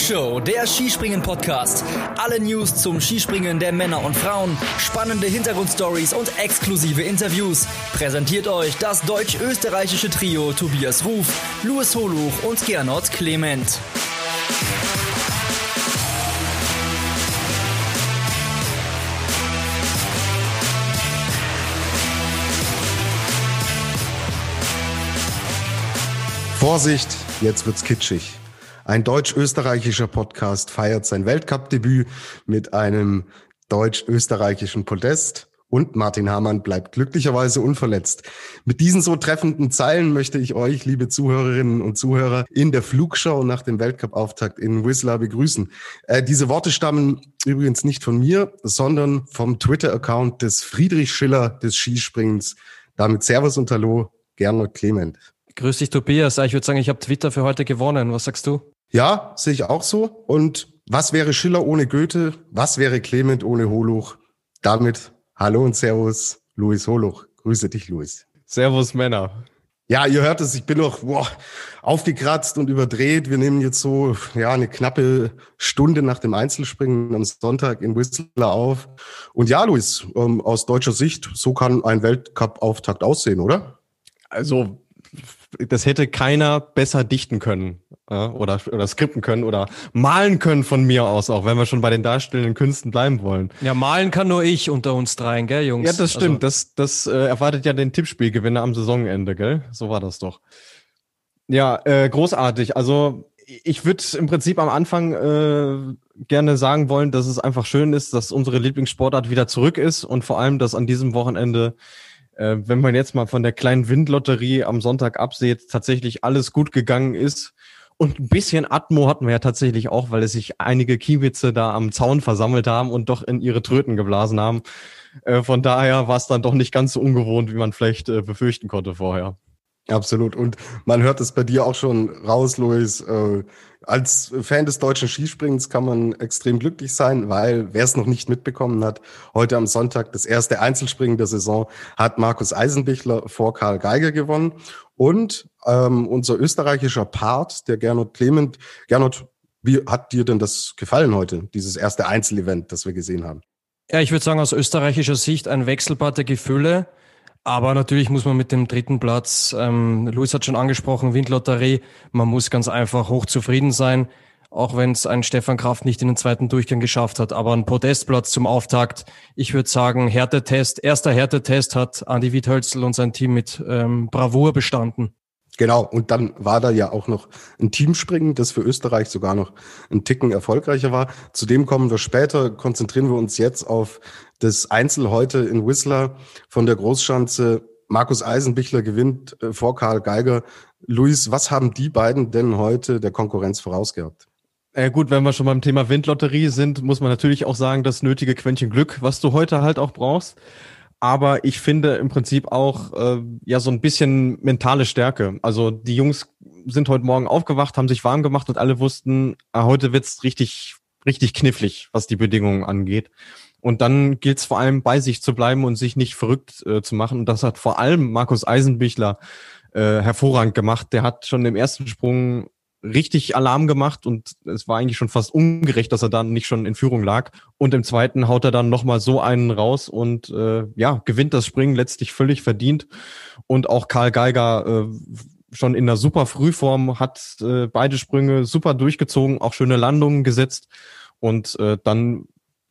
Flugshow, der Skispringen-Podcast. Alle News zum Skispringen der Männer und Frauen, spannende Hintergrundstories und exklusive Interviews. Präsentiert euch das deutsch-österreichische Trio Tobias Ruf, Louis Holuch und Gernot Clement. Vorsicht, jetzt wird's kitschig. Ein deutsch-österreichischer Podcast feiert sein Weltcup-Debüt mit einem deutsch-österreichischen Podest und Martin Hamann bleibt glücklicherweise unverletzt. Mit diesen so treffenden Zeilen möchte ich euch, liebe Zuhörerinnen und Zuhörer, in der Flugshow nach dem Weltcup-Auftakt in Whistler begrüßen. Diese Worte stammen übrigens nicht von mir, sondern vom Twitter-Account des Friedrich Schiller des Skispringens. Damit Servus und Hallo, Gernot Clement. Grüß dich, Tobias. Ich würde sagen, ich habe Twitter für heute gewonnen. Was sagst du? Ja, sehe ich auch so. Und was wäre Schiller ohne Goethe? Was wäre Clement ohne Holuch? Damit Hallo und Servus, Louis Holuch. Grüße dich, Louis. Servus, Männer. Ja, ihr hört es, ich bin noch aufgekratzt und überdreht. Wir nehmen jetzt so eine knappe Stunde nach dem Einzelspringen am Sonntag in Whistler auf. Und ja, Louis, aus deutscher Sicht, so kann ein Weltcup-Auftakt aussehen, oder? Also, das hätte keiner besser dichten können oder skripten können oder malen können von mir aus auch, wenn wir schon bei den darstellenden Künsten bleiben wollen. Ja, malen kann nur ich unter uns dreien, gell, Jungs? Ja, das stimmt. Also, das erwartet ja den Tippspielgewinner am Saisonende, gell? So war das doch. Ja, großartig. Also ich würde im Prinzip am Anfang gerne sagen wollen, dass es einfach schön ist, dass unsere Lieblingssportart wieder zurück ist und vor allem, dass an diesem Wochenende wenn man jetzt mal von der kleinen Windlotterie am Sonntag absieht, tatsächlich alles gut gegangen ist. Und ein bisschen Atmo hatten wir ja tatsächlich auch, weil es sich einige Kiewitze da am Zaun versammelt haben und doch in ihre Tröten geblasen haben. Von daher war es dann doch nicht ganz so ungewohnt, wie man vielleicht befürchten konnte vorher. Absolut. Und man hört es bei dir auch schon raus, Louis. Als Fan des deutschen Skispringens kann man extrem glücklich sein, weil, wer es noch nicht mitbekommen hat, heute am Sonntag das erste Einzelspringen der Saison hat Markus Eisenbichler vor Karl Geiger gewonnen. Und unser österreichischer Part, der Gernot Clement. Gernot, wie hat dir denn das gefallen heute, dieses erste Einzelevent, das wir gesehen haben? Ja, ich würde sagen, aus österreichischer Sicht ein Wechselbad der Gefühle. Aber natürlich muss man mit dem dritten Platz, Luis hat schon angesprochen, Windlotterie, man muss ganz einfach hochzufrieden sein, auch wenn es ein Stefan Kraft nicht in den zweiten Durchgang geschafft hat. Aber ein Podestplatz zum Auftakt, ich würde sagen, erster Härtetest hat Andi Wiethölzl und sein Team mit Bravour bestanden. Genau, und dann war da ja auch noch ein Teamspringen, das für Österreich sogar noch einen Ticken erfolgreicher war. Zu dem kommen wir später, konzentrieren wir uns jetzt auf das Einzel heute in Whistler von der Großschanze. Markus Eisenbichler gewinnt vor Karl Geiger. Luis, was haben die beiden denn heute der Konkurrenz vorausgehabt? Gut, wenn wir schon beim Thema Windlotterie sind, muss man natürlich auch sagen, das nötige Quäntchen Glück, was du heute halt auch brauchst. Aber ich finde im Prinzip auch so ein bisschen mentale Stärke. Also die Jungs sind heute Morgen aufgewacht, haben sich warm gemacht und alle wussten, heute wird's richtig, richtig knifflig, was die Bedingungen angeht. Und dann gilt es vor allem, bei sich zu bleiben und sich nicht verrückt zu machen. Und das hat vor allem Markus Eisenbichler hervorragend gemacht. Der hat schon im ersten Sprung richtig Alarm gemacht und es war eigentlich schon fast ungerecht, dass er dann nicht schon in Führung lag. Und im zweiten haut er dann nochmal so einen raus und gewinnt das Springen letztlich völlig verdient. Und auch Karl Geiger schon in einer super Frühform hat beide Sprünge super durchgezogen, auch schöne Landungen gesetzt und dann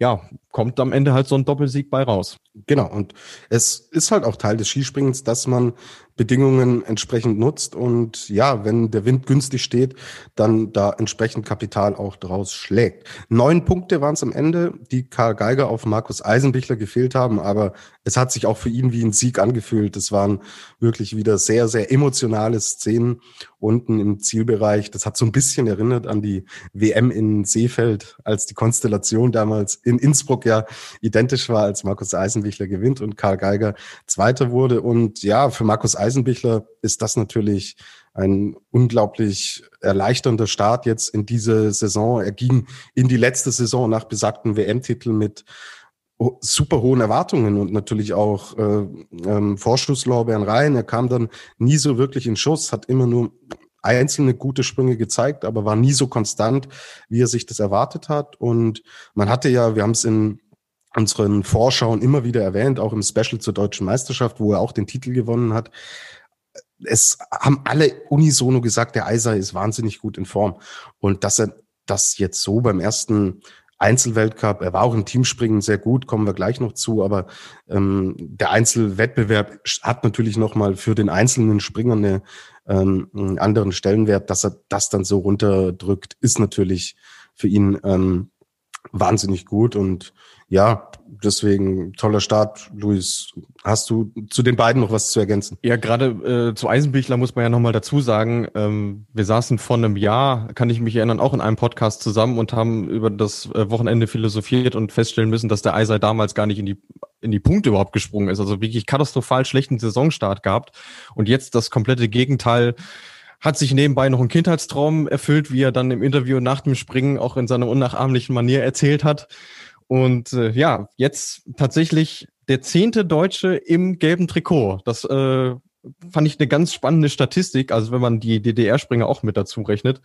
kommt am Ende halt so ein Doppelsieg bei raus. Genau, und es ist halt auch Teil des Skispringens, dass man Bedingungen entsprechend nutzt und wenn der Wind günstig steht, dann da entsprechend Kapital auch draus schlägt. 9 Punkte waren es am Ende, die Karl Geiger auf Markus Eisenbichler gefehlt haben, aber es hat sich auch für ihn wie ein Sieg angefühlt. Es waren wirklich wieder sehr, sehr emotionale Szenen unten im Zielbereich. Das hat so ein bisschen erinnert an die WM in Seefeld, als die Konstellation damals in Innsbruck identisch war, als Markus Eisenbichler gewinnt und Karl Geiger Zweiter wurde. Und für Markus Eisenbichler ist das natürlich ein unglaublich erleichternder Start jetzt in diese Saison. Er ging in die letzte Saison nach besagten WM-Titel mit super hohen Erwartungen und natürlich auch Vorschusslorbeeren rein. Er kam dann nie so wirklich in Schuss, hat immer nur einzelne gute Sprünge gezeigt, aber war nie so konstant, wie er sich das erwartet hat. Und man hatte ja, wir haben es in unseren Vorschauen immer wieder erwähnt, auch im Special zur Deutschen Meisterschaft, wo er auch den Titel gewonnen hat. Es haben alle unisono gesagt, der Eiser ist wahnsinnig gut in Form. Und dass er das jetzt so beim ersten Einzelweltcup, er war auch im Teamspringen sehr gut, kommen wir gleich noch zu, aber der Einzelwettbewerb hat natürlich nochmal für den einzelnen Springer einen anderen Stellenwert, dass er das dann so runterdrückt, ist natürlich für ihn wahnsinnig gut. Und ja, deswegen toller Start. Luis, hast du zu den beiden noch was zu ergänzen? Ja, gerade zu Eisenbichler muss man ja nochmal dazu sagen, wir saßen vor einem Jahr, kann ich mich erinnern, auch in einem Podcast zusammen und haben über das Wochenende philosophiert und feststellen müssen, dass der Eiser damals gar nicht in die Punkte überhaupt gesprungen ist. Also wirklich katastrophal schlechten Saisonstart gehabt. Und jetzt das komplette Gegenteil. Hat sich nebenbei noch ein Kindheitstraum erfüllt, wie er dann im Interview nach dem Springen auch in seiner unnachahmlichen Manier erzählt hat. Und ja, jetzt tatsächlich der 10. Deutsche im gelben Trikot. Das fand ich eine ganz spannende Statistik, also wenn man die DDR-Springer auch mit dazu rechnet.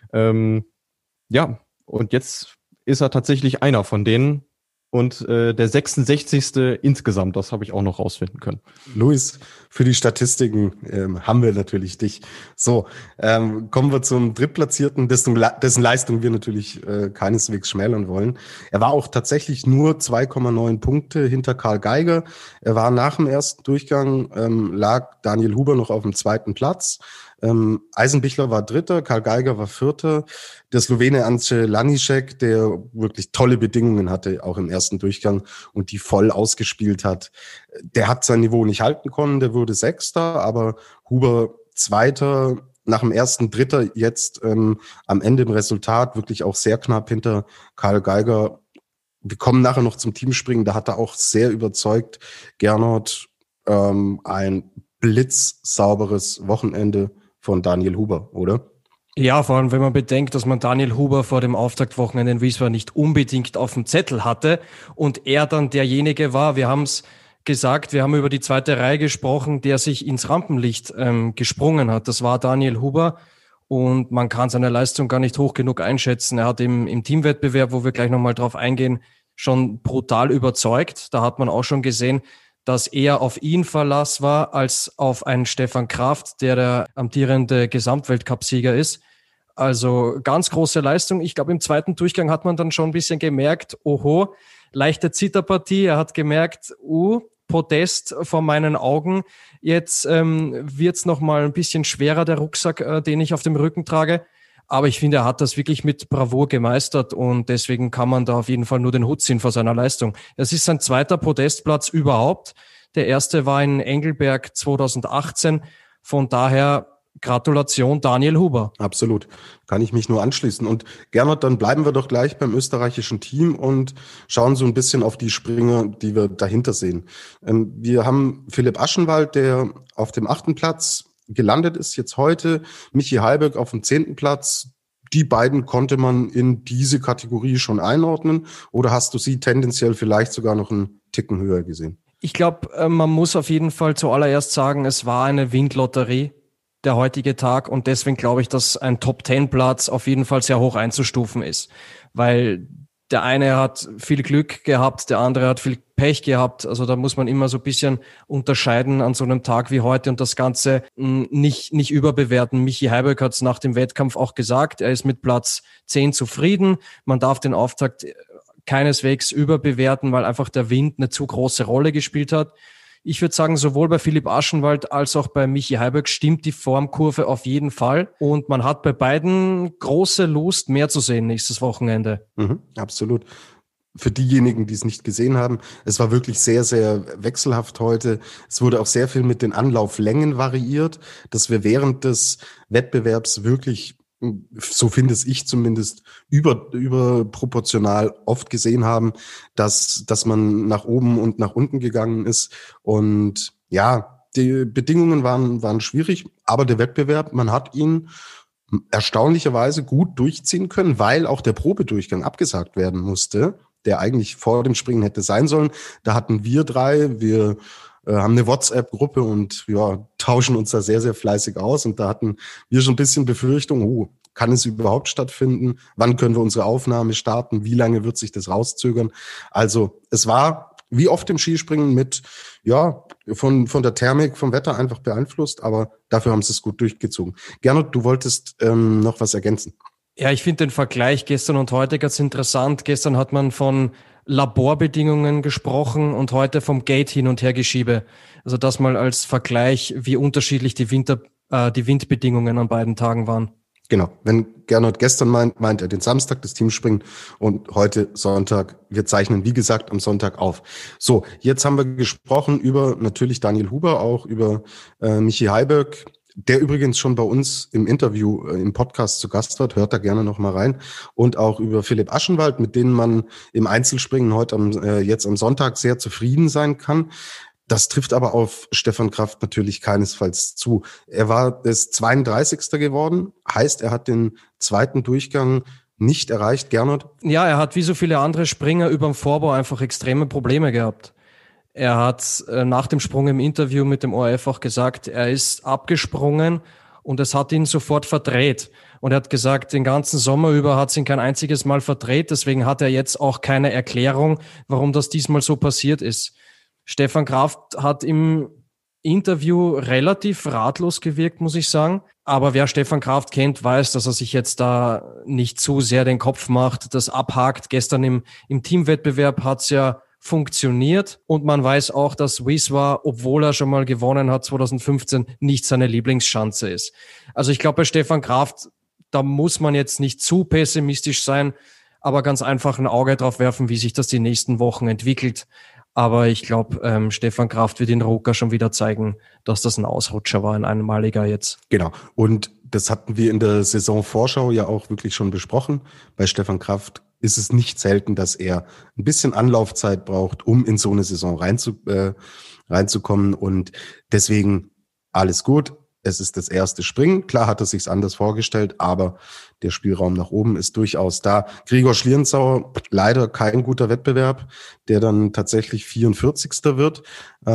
Ja, und jetzt ist er tatsächlich einer von denen. Und der 66. insgesamt, das habe ich auch noch rausfinden können. Luis, für die Statistiken haben wir natürlich dich. So, kommen wir zum Drittplatzierten, dessen Leistung wir natürlich keineswegs schmälern wollen. Er war auch tatsächlich nur 2,9 Punkte hinter Karl Geiger. Er war nach dem ersten Durchgang, lag Daniel Huber noch auf dem 2. Platz. Eisenbichler war 3., Karl Geiger war 4., der Slowene Ance Lanišek, der wirklich tolle Bedingungen hatte, auch im ersten Durchgang und die voll ausgespielt hat. Der hat sein Niveau nicht halten können, der wurde 6., aber Huber 2., nach dem ersten 3., jetzt am Ende im Resultat wirklich auch sehr knapp hinter Karl Geiger. Wir kommen nachher noch zum Teamspringen, da hat er auch sehr überzeugt. Gernot, ein blitzsauberes Wochenende von Daniel Huber, oder? Ja, vor allem, wenn man bedenkt, dass man Daniel Huber vor dem Auftaktwochenende in Wiesbaden nicht unbedingt auf dem Zettel hatte und er dann derjenige war, wir haben es gesagt, wir haben über die 2. Reihe gesprochen, der sich ins Rampenlicht gesprungen hat. Das war Daniel Huber und man kann seine Leistung gar nicht hoch genug einschätzen. Er hat im Teamwettbewerb, wo wir gleich nochmal drauf eingehen, schon brutal überzeugt. Da hat man auch schon gesehen, dass eher auf ihn Verlass war als auf einen Stefan Kraft, der amtierende Gesamtweltcupsieger ist. Also ganz große Leistung. Ich glaube, im 2. Durchgang hat man dann schon ein bisschen gemerkt, oho, leichte Zitterpartie. Er hat gemerkt, Podest vor meinen Augen. Jetzt wird's noch mal ein bisschen schwerer, der Rucksack, den ich auf dem Rücken trage. Aber ich finde, er hat das wirklich mit Bravour gemeistert und deswegen kann man da auf jeden Fall nur den Hut ziehen vor seiner Leistung. Es ist sein 2. Podestplatz überhaupt. Der erste war in Engelberg 2018. Von daher Gratulation, Daniel Huber. Absolut. Kann ich mich nur anschließen. Und Gernot, dann bleiben wir doch gleich beim österreichischen Team und schauen so ein bisschen auf die Springer, die wir dahinter sehen. Wir haben Philipp Aschenwald, der auf dem 8. Platz gelandet ist jetzt heute, Michi Halberg auf dem 10. Platz. Die beiden konnte man in diese Kategorie schon einordnen oder hast du sie tendenziell vielleicht sogar noch einen Ticken höher gesehen? Ich glaube, man muss auf jeden Fall zuallererst sagen, es war eine Windlotterie, der heutige Tag, und deswegen glaube ich, dass ein Top-10-Platz auf jeden Fall sehr hoch einzustufen ist, weil der eine hat viel Glück gehabt, der andere hat viel Pech gehabt. Also da muss man immer so ein bisschen unterscheiden an so einem Tag wie heute und das Ganze nicht überbewerten. Michi Heiberg hat es nach dem Wettkampf auch gesagt, er ist mit Platz 10 zufrieden. Man darf den Auftakt keineswegs überbewerten, weil einfach der Wind eine zu große Rolle gespielt hat. Ich würde sagen, sowohl bei Philipp Aschenwald als auch bei Michi Heiberg stimmt die Formkurve auf jeden Fall. Und man hat bei beiden große Lust, mehr zu sehen nächstes Wochenende. Absolut. Für diejenigen, die es nicht gesehen haben, es war wirklich sehr, sehr wechselhaft heute. Es wurde auch sehr viel mit den Anlauflängen variiert, dass wir während des Wettbewerbs wirklich, so finde ich zumindest, überproportional oft gesehen haben, dass man nach oben und nach unten gegangen ist. Und ja, die Bedingungen waren schwierig, aber der Wettbewerb, man hat ihn erstaunlicherweise gut durchziehen können, weil auch der Probedurchgang abgesagt werden musste, der eigentlich vor dem Springen hätte sein sollen. Da hatten wir drei, haben eine WhatsApp-Gruppe und ja, tauschen uns da sehr, sehr fleißig aus. Und da hatten wir schon ein bisschen Befürchtung, kann es überhaupt stattfinden? Wann können wir unsere Aufnahme starten? Wie lange wird sich das rauszögern? Also es war wie oft im Skispringen mit, von der Thermik, vom Wetter einfach beeinflusst, aber dafür haben sie es gut durchgezogen. Gernot, du wolltest noch was ergänzen. Ja, ich finde den Vergleich gestern und heute ganz interessant. Gestern hat man von Laborbedingungen gesprochen und heute vom Gate hin und her Geschiebe. Also das mal als Vergleich, wie unterschiedlich die Windbedingungen an beiden Tagen waren. Genau, wenn Gernot gestern meint er den Samstag, das Teamspringen, und heute Sonntag. Wir zeichnen, wie gesagt, am Sonntag auf. So, jetzt haben wir gesprochen über natürlich Daniel Huber, auch über Michi Heiberg, der übrigens schon bei uns im Interview, im Podcast zu Gast wird, hört da gerne noch mal rein, und auch über Philipp Aschenwald, mit denen man im Einzelspringen heute jetzt am Sonntag sehr zufrieden sein kann. Das trifft aber auf Stefan Kraft natürlich keinesfalls zu. Er war das 32. geworden, heißt, er hat den zweiten Durchgang nicht erreicht. Gernot? Ja, er hat wie so viele andere Springer über dem Vorbau einfach extreme Probleme gehabt. Er hat nach dem Sprung im Interview mit dem ORF auch gesagt, er ist abgesprungen und es hat ihn sofort verdreht. Und er hat gesagt, den ganzen Sommer über hat es ihn kein einziges Mal verdreht. Deswegen hat er jetzt auch keine Erklärung, warum das diesmal so passiert ist. Stefan Kraft hat im Interview relativ ratlos gewirkt, muss ich sagen. Aber wer Stefan Kraft kennt, weiß, dass er sich jetzt da nicht zu sehr den Kopf macht, das abhakt. Gestern im Teamwettbewerb hat's ja funktioniert. Und man weiß auch, dass Wiswa, obwohl er schon mal gewonnen hat 2015, nicht seine Lieblingsschanze ist. Also ich glaube, bei Stefan Kraft, da muss man jetzt nicht zu pessimistisch sein, aber ganz einfach ein Auge drauf werfen, wie sich das die nächsten Wochen entwickelt. Aber ich glaube, Stefan Kraft wird in Ruka schon wieder zeigen, dass das ein Ausrutscher war, ein einmaliger jetzt. Genau. Und das hatten wir in der Saisonvorschau ja auch wirklich schon besprochen. Bei Stefan Kraft ist es nicht selten, dass er ein bisschen Anlaufzeit braucht, um in so eine Saison reinzukommen. Und deswegen alles gut. Es ist das erste Springen. Klar hat er sich's anders vorgestellt, aber der Spielraum nach oben ist durchaus da. Gregor Schlierenzauer, leider kein guter Wettbewerb, der dann tatsächlich 44. wird.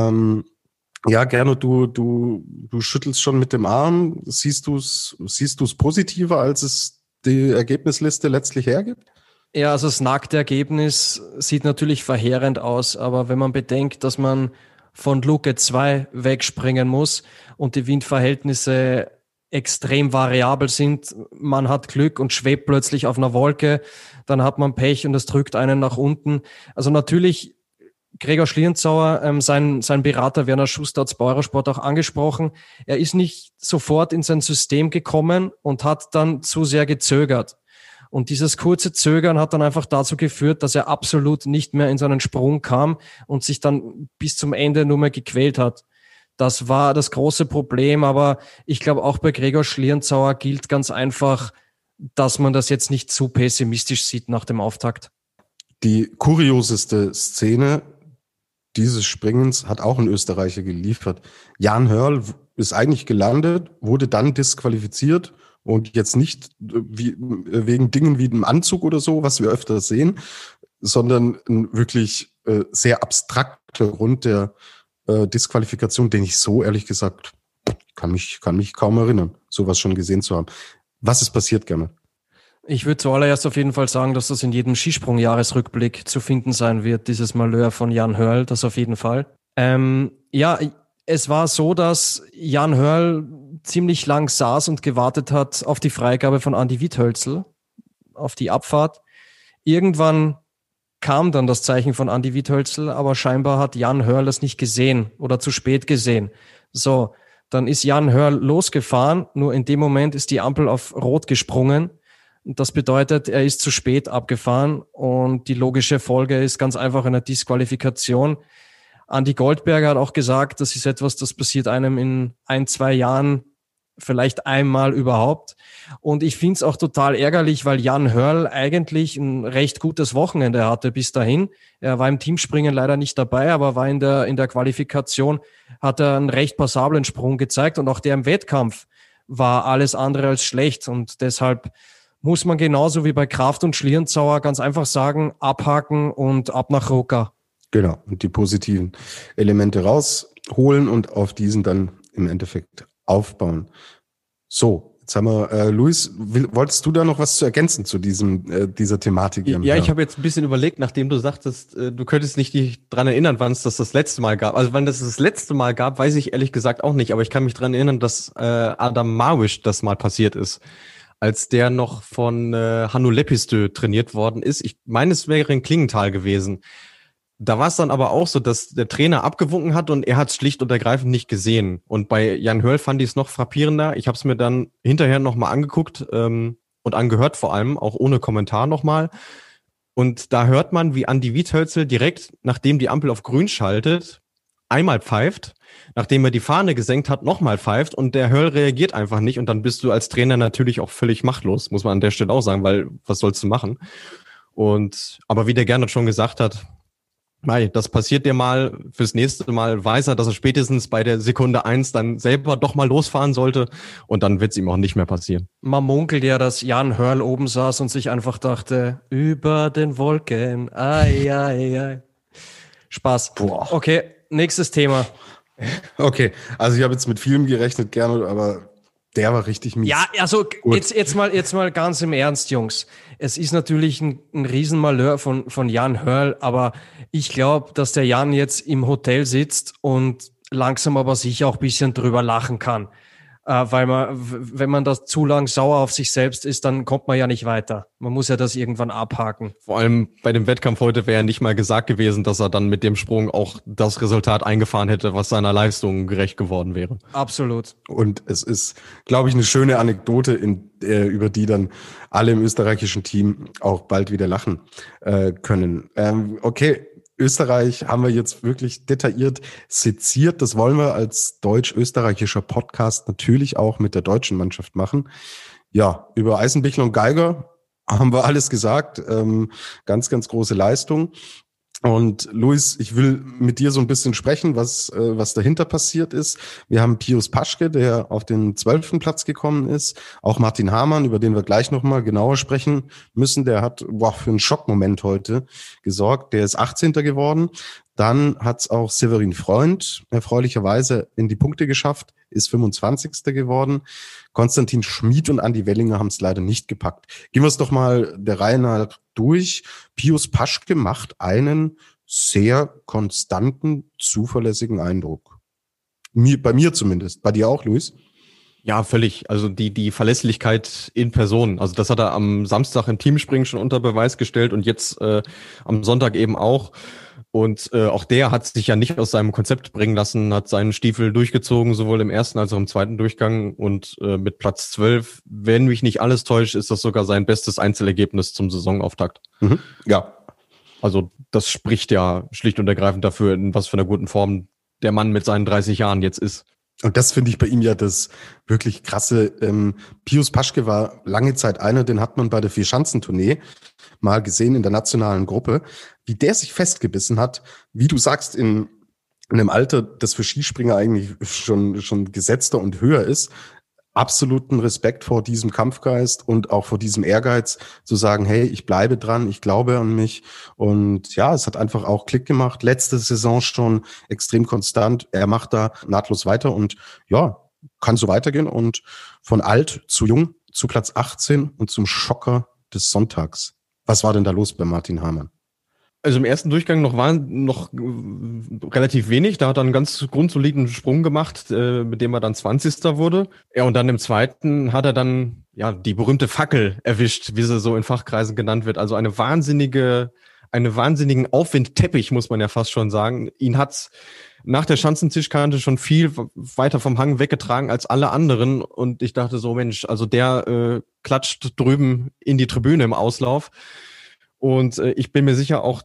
Ja, Gernot, du schüttelst schon mit dem Arm. Siehst du's positiver, als es die Ergebnisliste letztlich hergibt? Ja, also das nackte Ergebnis sieht natürlich verheerend aus, aber wenn man bedenkt, dass man von Luke 2 wegspringen muss und die Windverhältnisse extrem variabel sind. Man hat Glück und schwebt plötzlich auf einer Wolke, dann hat man Pech und es drückt einen nach unten. Also natürlich, Gregor Schlierenzauer, sein Berater Werner Schuster hat es bei Eurosport auch angesprochen, er ist nicht sofort in sein System gekommen und hat dann zu sehr gezögert. Und dieses kurze Zögern hat dann einfach dazu geführt, dass er absolut nicht mehr in seinen Sprung kam und sich dann bis zum Ende nur mehr gequält hat. Das war das große Problem, aber ich glaube auch bei Gregor Schlierenzauer gilt ganz einfach, dass man das jetzt nicht zu pessimistisch sieht nach dem Auftakt. Die kurioseste Szene dieses Springens hat auch ein Österreicher geliefert. Jan Hörl ist eigentlich gelandet, wurde dann disqualifiziert. Und jetzt nicht wegen Dingen wie einem Anzug oder so, was wir öfter sehen, sondern ein wirklich sehr abstrakter Grund der Disqualifikation, den ich so ehrlich gesagt kann mich kaum erinnern, sowas schon gesehen zu haben. Was ist passiert, Gerne? Ich würde zuallererst auf jeden Fall sagen, dass das in jedem Skisprung-Jahresrückblick zu finden sein wird, dieses Malheur von Jan Hörl, das auf jeden Fall. Ja, es war so, dass Jan Hörl ziemlich lang saß und gewartet hat auf die Freigabe von Andi Witthölzl, auf die Abfahrt. Irgendwann kam dann das Zeichen von Andi Witthölzl, aber scheinbar hat Jan Hörl das nicht gesehen oder zu spät gesehen. So, dann ist Jan Hörl losgefahren, nur in dem Moment ist die Ampel auf Rot gesprungen. Und das bedeutet, er ist zu spät abgefahren und die logische Folge ist ganz einfach eine Disqualifikation. Andi Goldberger hat auch gesagt, das ist etwas, das passiert einem in 1-2 Jahren vielleicht einmal überhaupt. Und ich finde es auch total ärgerlich, weil Jan Hörl eigentlich ein recht gutes Wochenende hatte bis dahin. Er war im Teamspringen leider nicht dabei, aber war in der Qualifikation, hat er einen recht passablen Sprung gezeigt und auch der im Wettkampf war alles andere als schlecht. Und deshalb muss man genauso wie bei Kraft und Schlierenzauer ganz einfach sagen, abhaken und ab nach Ruka. Genau, und die positiven Elemente rausholen und auf diesen dann im Endeffekt aufbauen. So, jetzt haben wir, Luis, wolltest du da noch was zu ergänzen zu dieser Thematik? Ja, ich habe jetzt ein bisschen überlegt, nachdem du sagtest, du könntest dich dran erinnern, wann es das letzte Mal gab. Also wann das letzte Mal gab, weiß ich ehrlich gesagt auch nicht, aber ich kann mich dran erinnern, dass Adam Małysz das mal passiert ist, als der noch von Hannu Lepistö trainiert worden ist. Ich meine, es wäre in Klingenthal gewesen. Da war es dann aber auch so, dass der Trainer abgewunken hat und er hat es schlicht und ergreifend nicht gesehen. Und bei Jan Hörl fand ich es noch frappierender. Ich habe es mir dann hinterher nochmal angeguckt und angehört vor allem, auch ohne Kommentar nochmal. Und da hört man, wie Andi Wiethölzel direkt, nachdem die Ampel auf grün schaltet, einmal pfeift, nachdem er die Fahne gesenkt hat, nochmal pfeift und der Hörl reagiert einfach nicht. Und dann bist du als Trainer natürlich auch völlig machtlos, muss man an der Stelle auch sagen, weil was sollst du machen? Aber wie der Gernot schon gesagt hat, Mei, das passiert dir mal, fürs nächste Mal weiß er, dass er spätestens bei der Sekunde 1 dann selber doch mal losfahren sollte und dann wird es ihm auch nicht mehr passieren. Man munkelt ja, dass Jan Hörl oben saß und sich einfach dachte, über den Wolken, ai, ai, ai. Spaß. Boah. Okay, nächstes Thema. Okay, also ich habe jetzt mit vielem gerechnet, gerne, aber der war richtig mies. Ja, also jetzt mal ganz im Ernst, Jungs. Es ist natürlich ein Riesenmalheur von Jan Hörl, aber ich glaube, dass der Jan jetzt im Hotel sitzt und langsam aber sicher auch ein bisschen drüber lachen kann. Weil wenn man das zu lang sauer auf sich selbst ist, dann kommt man ja nicht weiter. Man muss ja das irgendwann abhaken. Vor allem bei dem Wettkampf heute wäre ja nicht mal gesagt gewesen, dass er dann mit dem Sprung auch das Resultat eingefahren hätte, was seiner Leistung gerecht geworden wäre. Absolut. Und es ist, glaube ich, eine schöne Anekdote, über die dann alle im österreichischen Team auch bald wieder lachen können. Okay. Österreich haben wir jetzt wirklich detailliert seziert. Das wollen wir als deutsch-österreichischer Podcast natürlich auch mit der deutschen Mannschaft machen. Ja, über Eisenbichler und Geiger haben wir alles gesagt. Ganz, ganz große Leistung. Und Luis, ich will mit dir so ein bisschen sprechen, was dahinter passiert ist. Wir haben Pius Paschke, der auf den 12. Platz gekommen ist. Auch Martin Hamann, über den wir gleich nochmal genauer sprechen müssen. Der hat für einen Schockmoment heute gesorgt. Der ist 18. geworden. Dann hat's auch Severin Freund erfreulicherweise in die Punkte geschafft, ist 25. geworden. Konstantin Schmid und Andi Wellinger haben es leider nicht gepackt. Gehen wir es doch mal der Reihe nach durch. Pius Paschke macht einen sehr konstanten, zuverlässigen Eindruck. Bei mir zumindest. Bei dir auch, Luis? Ja, völlig. Also die Verlässlichkeit in Person. Also das hat er am Samstag im Teamspringen schon unter Beweis gestellt und jetzt am Sonntag eben auch. Und auch der hat sich ja nicht aus seinem Konzept bringen lassen, hat seinen Stiefel durchgezogen, sowohl im ersten als auch im zweiten Durchgang. Und mit Platz 12, wenn mich nicht alles täuscht, ist das sogar sein bestes Einzelergebnis zum Saisonauftakt. Mhm. Ja. Also das spricht ja schlicht und ergreifend dafür, in was für einer guten Form der Mann mit seinen 30 Jahren jetzt ist. Und das finde ich bei ihm ja das wirklich krasse. Pius Paschke war lange Zeit einer, den hat man bei der Vierschanzentournee mal gesehen in der nationalen Gruppe, wie der sich festgebissen hat, wie du sagst, in einem Alter, das für Skispringer eigentlich schon gesetzter und höher ist. Absoluten Respekt vor diesem Kampfgeist und auch vor diesem Ehrgeiz zu sagen, hey, ich bleibe dran, ich glaube an mich. Und ja, es hat einfach auch Klick gemacht. Letzte Saison schon extrem konstant. Er macht da nahtlos weiter und ja, kann so weitergehen. Und von alt zu jung zu Platz 18 und zum Schocker des Sonntags. Was war denn da los bei Martin Hamann? Also im ersten Durchgang war noch relativ wenig. Da hat er einen ganz grundsoliden Sprung gemacht, mit dem er dann 20. wurde. Ja, und dann im zweiten hat er dann ja die berühmte Fackel erwischt, wie sie so in Fachkreisen genannt wird. Also einen wahnsinnigen Aufwindteppich, muss man ja fast schon sagen. Ihn hat's nach der Schanzentischkante schon viel weiter vom Hang weggetragen als alle anderen. Und ich dachte so, Mensch, also der klatscht drüben in die Tribüne im Auslauf. Und ich bin mir sicher, auch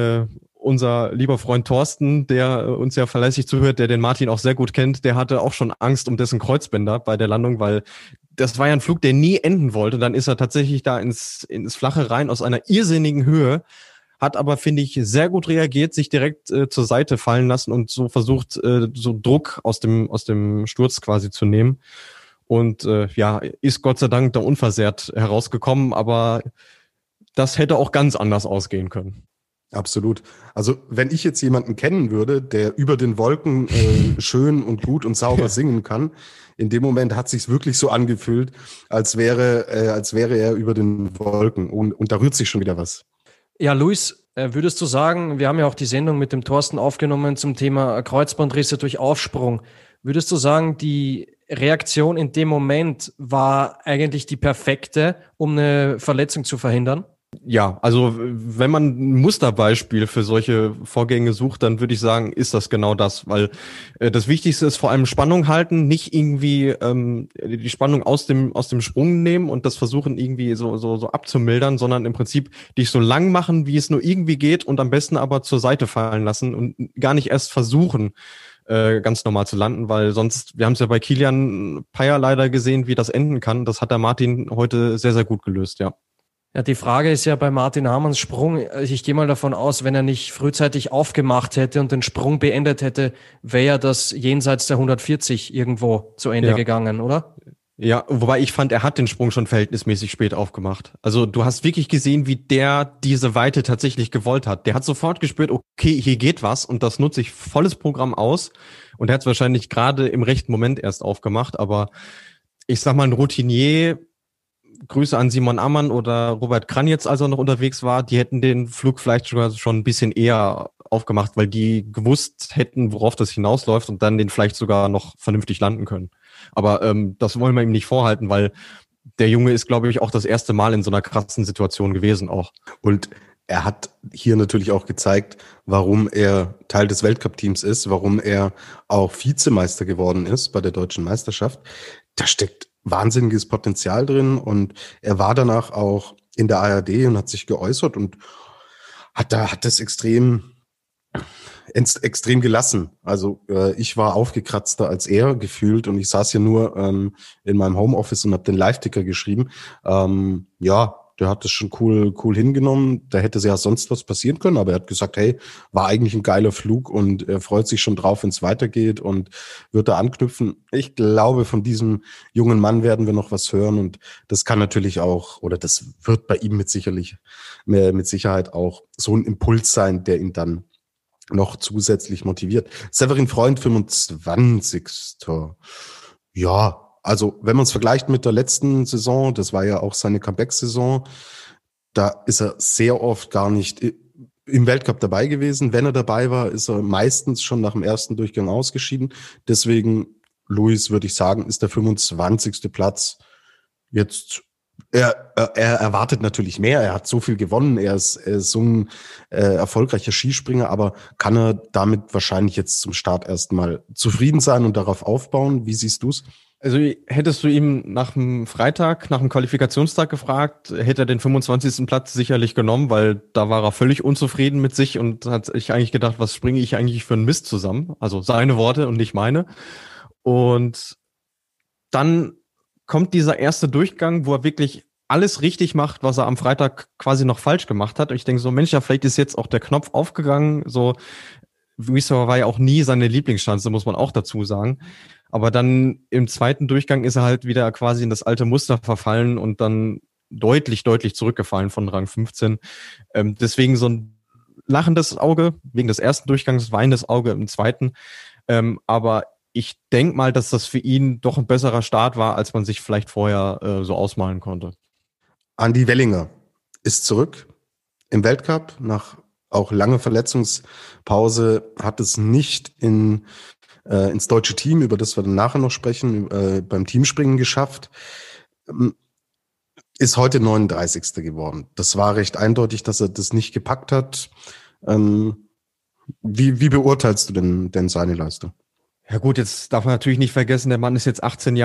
unser lieber Freund Thorsten, der uns ja verlässlich zuhört, der den Martin auch sehr gut kennt, der hatte auch schon Angst um dessen Kreuzbänder bei der Landung, weil das war ja ein Flug, der nie enden wollte. Dann ist er tatsächlich da ins Flache rein aus einer irrsinnigen Höhe, hat aber, finde ich, sehr gut reagiert, sich direkt zur Seite fallen lassen und so versucht, so Druck aus dem Sturz quasi zu nehmen. Und ist Gott sei Dank da unversehrt herausgekommen, aber das hätte auch ganz anders ausgehen können. Absolut. Also wenn ich jetzt jemanden kennen würde, der über den Wolken schön und gut und sauber singen kann, in dem Moment hat sich's wirklich so angefühlt, als wäre er über den Wolken und da rührt sich schon wieder was. Ja, Luis, würdest du sagen, wir haben ja auch die Sendung mit dem Thorsten aufgenommen zum Thema Kreuzbandrisse durch Aufsprung. Würdest du sagen, die Reaktion in dem Moment war eigentlich die perfekte, um eine Verletzung zu verhindern? Ja, also wenn man ein Musterbeispiel für solche Vorgänge sucht, dann würde ich sagen, ist das genau das, weil das Wichtigste ist vor allem Spannung halten, nicht irgendwie die Spannung aus dem Sprung nehmen und das versuchen irgendwie so abzumildern, sondern im Prinzip dich so lang machen, wie es nur irgendwie geht und am besten aber zur Seite fallen lassen und gar nicht erst versuchen, ganz normal zu landen, weil sonst, wir haben es ja bei Kilian Payer leider gesehen, wie das enden kann. Das hat der Martin heute sehr, sehr gut gelöst, ja. Ja, die Frage ist ja bei Martin Hamanns Sprung, ich gehe mal davon aus, wenn er nicht frühzeitig aufgemacht hätte und den Sprung beendet hätte, wäre ja das jenseits der 140 irgendwo zu Ende gegangen, oder? Ja, wobei ich fand, er hat den Sprung schon verhältnismäßig spät aufgemacht. Also du hast wirklich gesehen, wie der diese Weite tatsächlich gewollt hat. Der hat sofort gespürt, okay, hier geht was und das nutze ich volles Programm aus. Und er hat es wahrscheinlich gerade im rechten Moment erst aufgemacht. Aber ich sag mal, ein Routinier, Grüße an Simon Ammann oder Robert Kranjec, als er noch unterwegs war, die hätten den Flug vielleicht sogar schon ein bisschen eher aufgemacht, weil die gewusst hätten, worauf das hinausläuft und dann den vielleicht sogar noch vernünftig landen können. Aber das wollen wir ihm nicht vorhalten, weil der Junge ist, glaube ich, auch das erste Mal in so einer krassen Situation gewesen auch. Und er hat hier natürlich auch gezeigt, warum er Teil des Weltcup-Teams ist, warum er auch Vizemeister geworden ist bei der Deutschen Meisterschaft. Da steckt wahnsinniges Potenzial drin und er war danach auch in der ARD und hat sich geäußert und hat das extrem gelassen. Also ich war aufgekratzter als er gefühlt und ich saß hier nur in meinem Homeoffice und habe den Live-Ticker geschrieben. Ja, der hat das schon cool hingenommen. Da hätte ja sonst was passieren können, aber er hat gesagt, hey, war eigentlich ein geiler Flug und er freut sich schon drauf, wenn es weitergeht und wird da anknüpfen. Ich glaube, von diesem jungen Mann werden wir noch was hören und das kann natürlich auch, oder das wird bei ihm mit Sicherheit auch so ein Impuls sein, der ihn dann noch zusätzlich motiviert. Severin Freund, 25. Ja, also wenn man es vergleicht mit der letzten Saison, das war ja auch seine Comeback-Saison, da ist er sehr oft gar nicht im Weltcup dabei gewesen. Wenn er dabei war, ist er meistens schon nach dem ersten Durchgang ausgeschieden. Deswegen, Luis, würde ich sagen, ist der 25. Platz jetzt. Er erwartet natürlich mehr. Er hat so viel gewonnen. Er ist so ein erfolgreicher Skispringer, aber kann er damit wahrscheinlich jetzt zum Start erstmal zufrieden sein und darauf aufbauen? Wie siehst du's? Also hättest du ihm nach dem Freitag, nach dem Qualifikationstag gefragt, hätte er den 25. Platz sicherlich genommen, weil da war er völlig unzufrieden mit sich und hat sich eigentlich gedacht, was springe ich eigentlich für einen Mist zusammen? Also seine Worte und nicht meine. Und dann kommt dieser erste Durchgang, wo er wirklich alles richtig macht, was er am Freitag quasi noch falsch gemacht hat. Und ich denke so, Mensch, ja, vielleicht ist jetzt auch der Knopf aufgegangen. So, Wiesbaden war ja auch nie seine Lieblingsschanze, muss man auch dazu sagen. Aber dann im zweiten Durchgang ist er halt wieder quasi in das alte Muster verfallen und dann deutlich zurückgefallen von Rang 15. Deswegen so ein lachendes Auge, wegen des ersten Durchgangs, weinendes Auge im zweiten. Aber ich denke mal, dass das für ihn doch ein besserer Start war, als man sich vielleicht vorher so ausmalen konnte. Andi Wellinger ist zurück im Weltcup. Nach auch langer Verletzungspause hat es nicht ins deutsche Team, über das wir dann nachher noch sprechen, beim Teamspringen geschafft. Ist heute 39. geworden. Das war recht eindeutig, dass er das nicht gepackt hat. Wie beurteilst du denn seine Leistung? Ja gut, jetzt darf man natürlich nicht vergessen, der Mann ist jetzt 18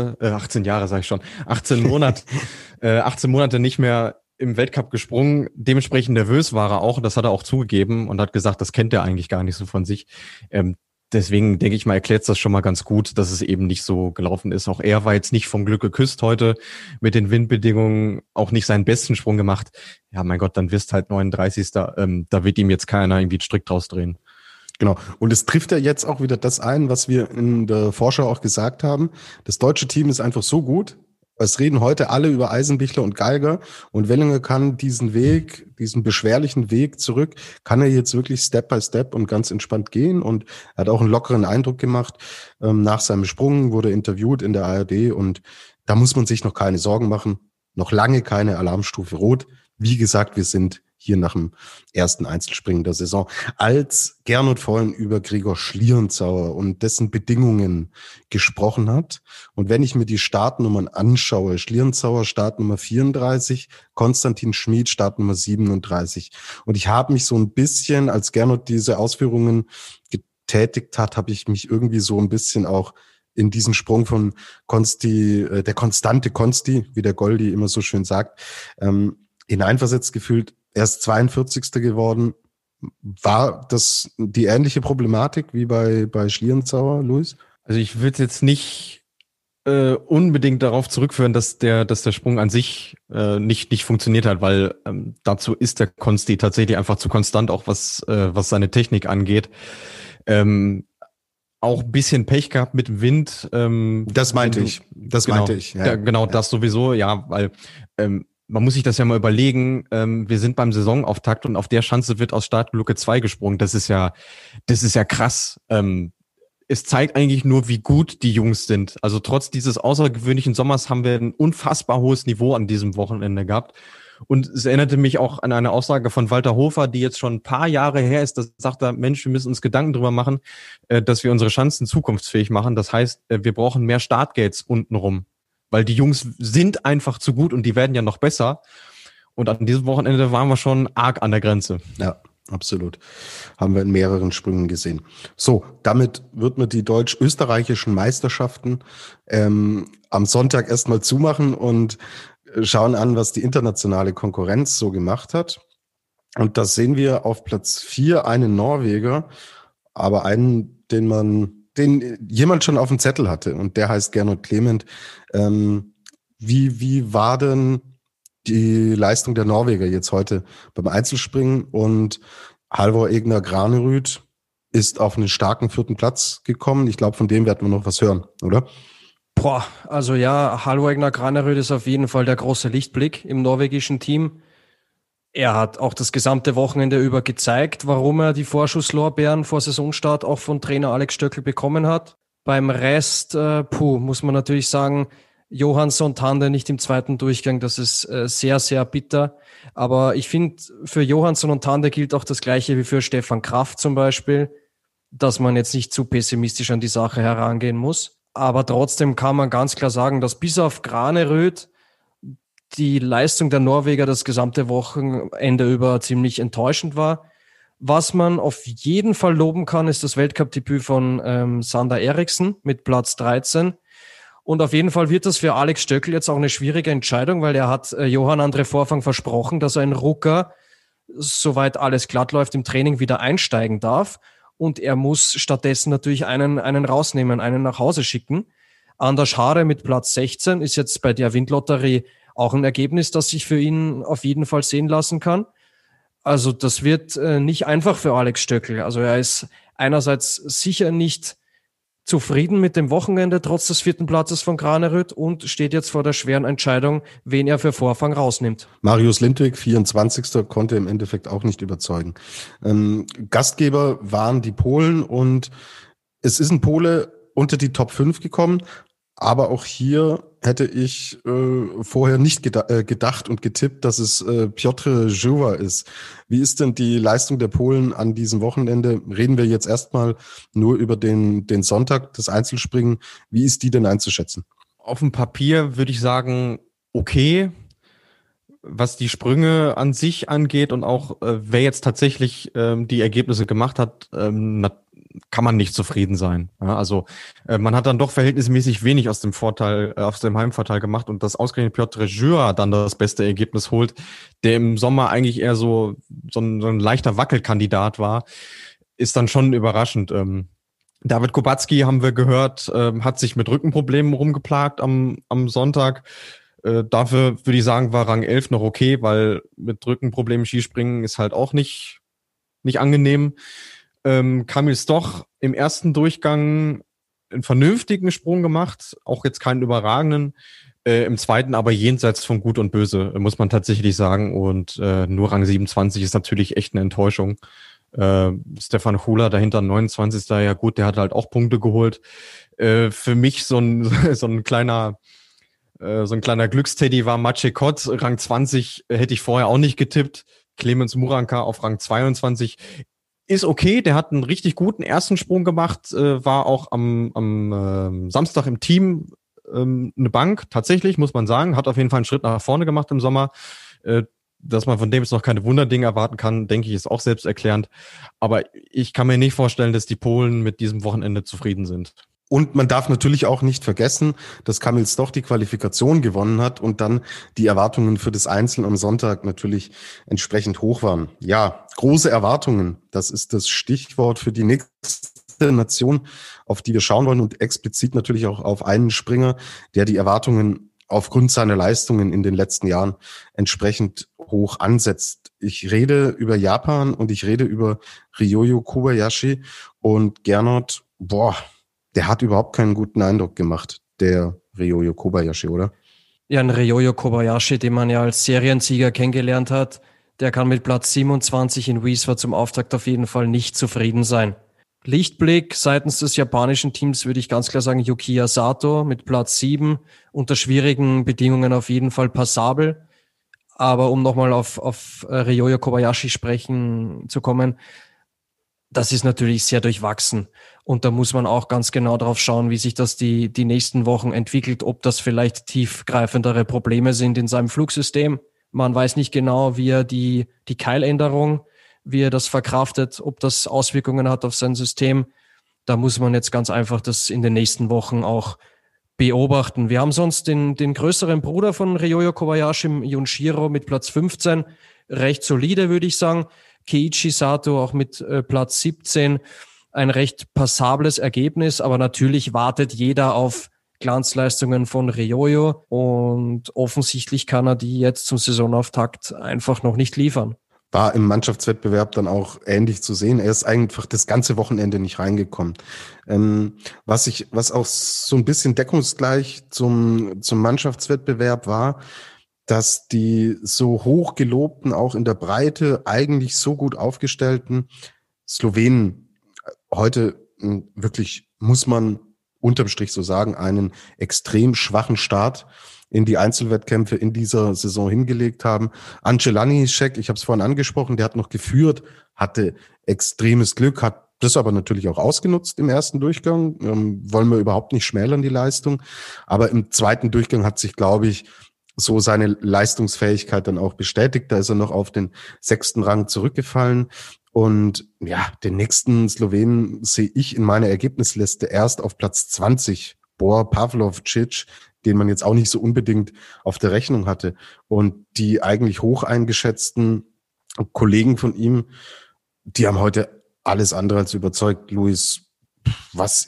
Monate nicht mehr im Weltcup gesprungen. Dementsprechend nervös war er auch, das hat er auch zugegeben und hat gesagt, das kennt er eigentlich gar nicht so von sich. Deswegen denke ich mal, erklärt das schon mal ganz gut, dass es eben nicht so gelaufen ist. Auch er war jetzt nicht vom Glück geküsst heute, mit den Windbedingungen auch nicht seinen besten Sprung gemacht. Ja, mein Gott, dann wirst halt 39. Da wird ihm jetzt keiner irgendwie einen Strick draus drehen. Genau. Und es trifft ja jetzt auch wieder das ein, was wir in der Vorschau auch gesagt haben. Das deutsche Team ist einfach so gut, Es reden heute alle über Eisenbichler und Geiger und Wellinger kann diesen beschwerlichen Weg zurück, kann er jetzt wirklich Step by Step und ganz entspannt gehen und er hat auch einen lockeren Eindruck gemacht. Nach seinem Sprung wurde er interviewt in der ARD und da muss man sich noch keine Sorgen machen. Noch lange keine Alarmstufe Rot. Wie gesagt, wir sind hier nach dem ersten Einzelspringen der Saison. Als Gernot vorhin über Gregor Schlierenzauer und dessen Bedingungen gesprochen hat und wenn ich mir die Startnummern anschaue, Schlierenzauer Startnummer 34, Konstantin Schmid Startnummer 37 und ich habe mich so ein bisschen, als Gernot diese Ausführungen getätigt hat, habe ich mich irgendwie so ein bisschen auch in diesen Sprung von Konsti, der konstante Konsti, wie der Goldi immer so schön sagt, hineinversetzt gefühlt. Er ist 42. geworden. War das die ähnliche Problematik wie bei Schlierenzauer, Luis? Also ich würde jetzt nicht unbedingt darauf zurückführen, dass der Sprung an sich nicht funktioniert hat, weil dazu ist der Konsti tatsächlich einfach zu konstant, auch was seine Technik angeht. Auch ein bisschen Pech gehabt mit dem Wind. Das meinte ich. Ja. Genau, das sowieso, ja, weil man muss sich das ja mal überlegen, wir sind beim Saisonauftakt und auf der Schanze wird aus Startluke 2 gesprungen. Das ist ja krass. Es zeigt eigentlich nur, wie gut die Jungs sind. Also trotz dieses außergewöhnlichen Sommers haben wir ein unfassbar hohes Niveau an diesem Wochenende gehabt. Und es erinnerte mich auch an eine Aussage von Walter Hofer, die jetzt schon ein paar Jahre her ist. Da sagt er, Mensch, wir müssen uns Gedanken drüber machen, dass wir unsere Schanzen zukunftsfähig machen. Das heißt, wir brauchen mehr Startgates untenrum. Weil die Jungs sind einfach zu gut und die werden ja noch besser. Und an diesem Wochenende waren wir schon arg an der Grenze. Ja, absolut. Haben wir in mehreren Sprüngen gesehen. So, damit wird man die deutsch-österreichischen Meisterschaften am Sonntag erstmal zumachen und schauen an, was die internationale Konkurrenz so gemacht hat. Und das sehen wir auf Platz 4 einen Norweger, aber einen, den jemand schon auf dem Zettel hatte und der heißt Gernot Clement. Wie war denn die Leistung der Norweger jetzt heute beim Einzelspringen? Und Halvor Egner Granerud ist auf einen starken 4. Platz gekommen. Ich glaube, von dem werden wir noch was hören, oder? Also ja, Halvor Egner Granerud ist auf jeden Fall der große Lichtblick im norwegischen Team. Er hat auch das gesamte Wochenende über gezeigt, warum er die Vorschusslorbeeren vor Saisonstart auch von Trainer Alex Stöckl bekommen hat. Beim Rest, muss man natürlich sagen, Johansson Tande nicht im zweiten Durchgang, das ist sehr, sehr bitter. Aber ich finde, für Johansson und Tande gilt auch das Gleiche wie für Stefan Kraft zum Beispiel, dass man jetzt nicht zu pessimistisch an die Sache herangehen muss. Aber trotzdem kann man ganz klar sagen, dass bis auf Granerud die Leistung der Norweger das gesamte Wochenende über ziemlich enttäuschend war. Was man auf jeden Fall loben kann, ist das Weltcup-Debüt von Sander Eriksen mit Platz 13. Und auf jeden Fall wird das für Alex Stöckl jetzt auch eine schwierige Entscheidung, weil er hat Johann André Vorfang versprochen, dass er in Rucker, soweit alles glatt läuft, im Training wieder einsteigen darf. Und er muss stattdessen natürlich einen rausnehmen, einen nach Hause schicken. Anders Haare mit Platz 16 ist jetzt bei der Windlotterie auch ein Ergebnis, das sich für ihn auf jeden Fall sehen lassen kann. Also das wird nicht einfach für Alex Stöckl. Also er ist einerseits sicher nicht zufrieden mit dem Wochenende, trotz des 4. Platzes von Granerud und steht jetzt vor der schweren Entscheidung, wen er für Vorfang rausnimmt. Marius Lindwig, 24. konnte im Endeffekt auch nicht überzeugen. Gastgeber waren die Polen und es ist ein Pole unter die Top 5 gekommen. Aber auch hier hätte ich vorher nicht gedacht und getippt, dass es Piotr Żyła ist. Wie ist denn die Leistung der Polen an diesem Wochenende? Reden wir jetzt erstmal nur über den Sonntag, das Einzelspringen. Wie ist die denn einzuschätzen? Auf dem Papier würde ich sagen, okay. Was die Sprünge an sich angeht und auch wer jetzt tatsächlich die Ergebnisse gemacht hat, kann man nicht zufrieden sein. Ja, also man hat dann doch verhältnismäßig wenig aus dem Heimvorteil gemacht und dass ausgerechnet Piotr Żyła dann das beste Ergebnis holt, der im Sommer eigentlich eher so ein leichter Wackelkandidat war, ist dann schon überraschend. David Kubacki, haben wir gehört, hat sich mit Rückenproblemen rumgeplagt am Sonntag. Dafür würde ich sagen, war Rang 11 noch okay, weil mit Rückenproblemen Skispringen ist halt auch nicht angenehm. Kamil Stoch im ersten Durchgang einen vernünftigen Sprung gemacht, auch jetzt keinen überragenden. Im zweiten aber jenseits von Gut und Böse, muss man tatsächlich sagen. Und nur Rang 27 ist natürlich echt eine Enttäuschung. Stefan Hula dahinter 29. Ja gut, der hat halt auch Punkte geholt. Für mich so ein kleiner Glücksteddy war Maciej Kot, Rang 20 hätte ich vorher auch nicht getippt. Clemens Muranka auf Rang 22 ist okay, der hat einen richtig guten ersten Sprung gemacht, war auch am Samstag im Team eine Bank, tatsächlich, muss man sagen, hat auf jeden Fall einen Schritt nach vorne gemacht im Sommer. Dass man von dem jetzt noch keine Wunderdinge erwarten kann, denke ich, ist auch selbsterklärend. Aber ich kann mir nicht vorstellen, dass die Polen mit diesem Wochenende zufrieden sind. Und man darf natürlich auch nicht vergessen, dass Kamil Stoch die Qualifikation gewonnen hat und dann die Erwartungen für das Einzel am Sonntag natürlich entsprechend hoch waren. Ja, große Erwartungen, das ist das Stichwort für die nächste Nation, auf die wir schauen wollen und explizit natürlich auch auf einen Springer, der die Erwartungen aufgrund seiner Leistungen in den letzten Jahren entsprechend hoch ansetzt. Ich rede über Japan und ich rede über Ryoyo Kobayashi und Gernot, der hat überhaupt keinen guten Eindruck gemacht, der Ryoyo Kobayashi, oder? Ja, ein Ryoyo Kobayashi, den man ja als Seriensieger kennengelernt hat, der kann mit Platz 27 in Wiesbaden zum Auftakt auf jeden Fall nicht zufrieden sein. Lichtblick seitens des japanischen Teams würde ich ganz klar sagen Yukiya Sato mit Platz 7, unter schwierigen Bedingungen auf jeden Fall passabel. Aber um nochmal auf Ryoyo Kobayashi sprechen zu kommen, das ist natürlich sehr durchwachsen. Und da muss man auch ganz genau drauf schauen, wie sich das die nächsten Wochen entwickelt, ob das vielleicht tiefgreifendere Probleme sind in seinem Flugsystem. Man weiß nicht genau, wie er die Keiländerung, wie er das verkraftet, ob das Auswirkungen hat auf sein System. Da muss man jetzt ganz einfach das in den nächsten Wochen auch beobachten. Wir haben sonst den größeren Bruder von Ryoyo Kobayashi, Junshiro, mit Platz 15. Recht solide, würde ich sagen. Keiichi Sato auch mit Platz 17. Ein recht passables Ergebnis, aber natürlich wartet jeder auf Glanzleistungen von Ryoyo und offensichtlich kann er die jetzt zum Saisonauftakt einfach noch nicht liefern. War im Mannschaftswettbewerb dann auch ähnlich zu sehen. Er ist einfach das ganze Wochenende nicht reingekommen. Was auch so ein bisschen deckungsgleich zum Mannschaftswettbewerb war, dass die so hoch gelobten, auch in der Breite eigentlich so gut aufgestellten Slowenen heute wirklich, muss man unterm Strich so sagen, einen extrem schwachen Start in die Einzelwettkämpfe in dieser Saison hingelegt haben. Ance Lanišek, ich habe es vorhin angesprochen, der hat noch geführt, hatte extremes Glück, hat das aber natürlich auch ausgenutzt im ersten Durchgang. Wollen wir überhaupt nicht schmälern, die Leistung. Aber im zweiten Durchgang hat sich, glaube ich, so seine Leistungsfähigkeit dann auch bestätigt. Da ist er noch auf den 6. Rang zurückgefallen. Und ja, den nächsten Slowenen sehe ich in meiner Ergebnisliste erst auf Platz 20, Bor Pavlovčić, den man jetzt auch nicht so unbedingt auf der Rechnung hatte. Und die eigentlich hoch eingeschätzten Kollegen von ihm, die haben heute alles andere als überzeugt. Luis, was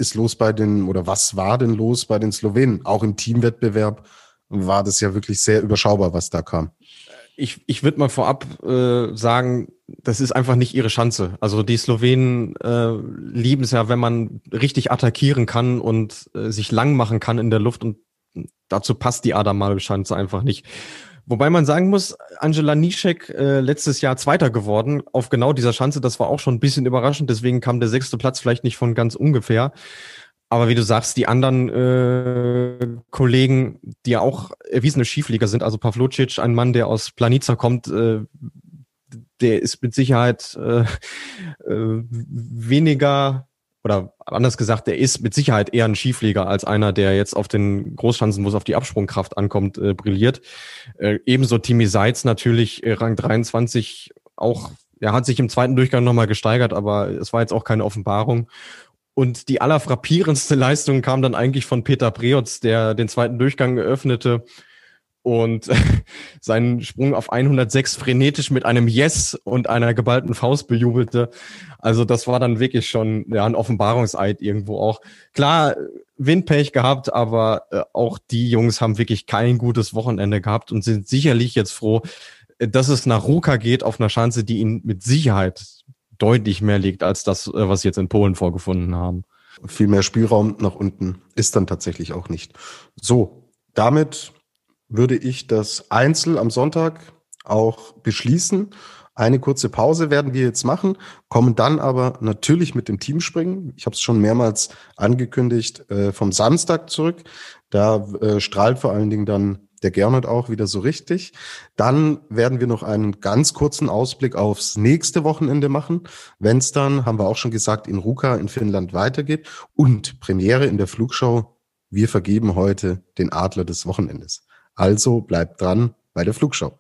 war denn los bei den Slowenen? Auch im Teamwettbewerb war das ja wirklich sehr überschaubar, was da kam. Ich würde mal vorab sagen, das ist einfach nicht ihre Chance. Also die Slowenen lieben es ja, wenn man richtig attackieren kann und sich lang machen kann in der Luft, und dazu passt die Adamal-Chance einfach nicht. Wobei man sagen muss, Ance Lanišek letztes Jahr Zweiter geworden auf genau dieser Chance. Das war auch schon ein bisschen überraschend, deswegen kam der 6. Platz vielleicht nicht von ganz ungefähr. Aber wie du sagst, die anderen Kollegen, die ja auch erwiesene Skiflieger sind, also Pavlovčić, ein Mann, der aus Planica kommt, der ist mit Sicherheit weniger, oder anders gesagt, der ist mit Sicherheit eher ein Skiflieger als einer, der jetzt auf den Großschanzen, wo es auf die Absprungkraft ankommt, brilliert. Ebenso Timi Zajc natürlich, Rang 23, auch, er hat sich im zweiten Durchgang nochmal gesteigert, aber es war jetzt auch keine Offenbarung. Und die allerfrappierendste Leistung kam dann eigentlich von Peter Preutz, der den zweiten Durchgang eröffnete und seinen Sprung auf 106 frenetisch mit einem Yes und einer geballten Faust bejubelte. Also das war dann wirklich schon ein Offenbarungseid irgendwo auch. Klar, Windpech gehabt, aber auch die Jungs haben wirklich kein gutes Wochenende gehabt und sind sicherlich jetzt froh, dass es nach Ruka geht auf einer Schanze, die ihnen mit Sicherheit deutlich mehr liegt als das, was sie jetzt in Polen vorgefunden haben. Viel mehr Spielraum nach unten ist dann tatsächlich auch nicht. So, damit würde ich das Einzel am Sonntag auch beschließen. Eine kurze Pause werden wir jetzt machen, kommen dann aber natürlich mit dem Teamspringen. Ich habe es schon mehrmals angekündigt, vom Samstag zurück. Da strahlt vor allen Dingen dann der Gernot auch wieder so richtig. Dann werden wir noch einen ganz kurzen Ausblick aufs nächste Wochenende machen, wenn es dann, haben wir auch schon gesagt, in Ruka in Finnland weitergeht. Und Premiere in der Flugshow, wir vergeben heute den Adler des Wochenendes. Also bleibt dran bei der Flugshow.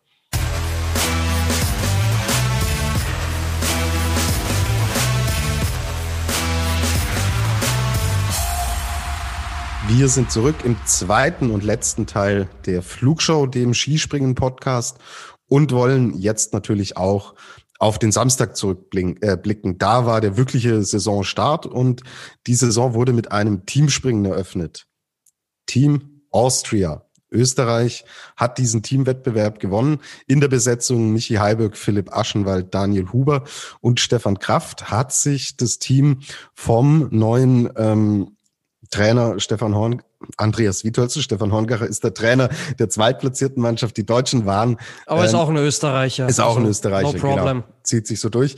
Wir sind zurück im zweiten und letzten Teil der Flugshow, dem Skispringen-Podcast, und wollen jetzt natürlich auch auf den Samstag zurückblicken. Da war der wirkliche Saisonstart und die Saison wurde mit einem Teamspringen eröffnet. Team Austria. Österreich hat diesen Teamwettbewerb gewonnen. In der Besetzung Michi Heiberg, Philipp Aschenwald, Daniel Huber und Stefan Kraft hat sich das Team vom neuen Trainer Andreas Wiethölzl. Stefan Horngacher ist der Trainer der zweitplatzierten Mannschaft. Die Deutschen waren... Aber ist auch ein Österreicher. Ist auch ein Österreicher, no problem. Genau. Zieht sich so durch.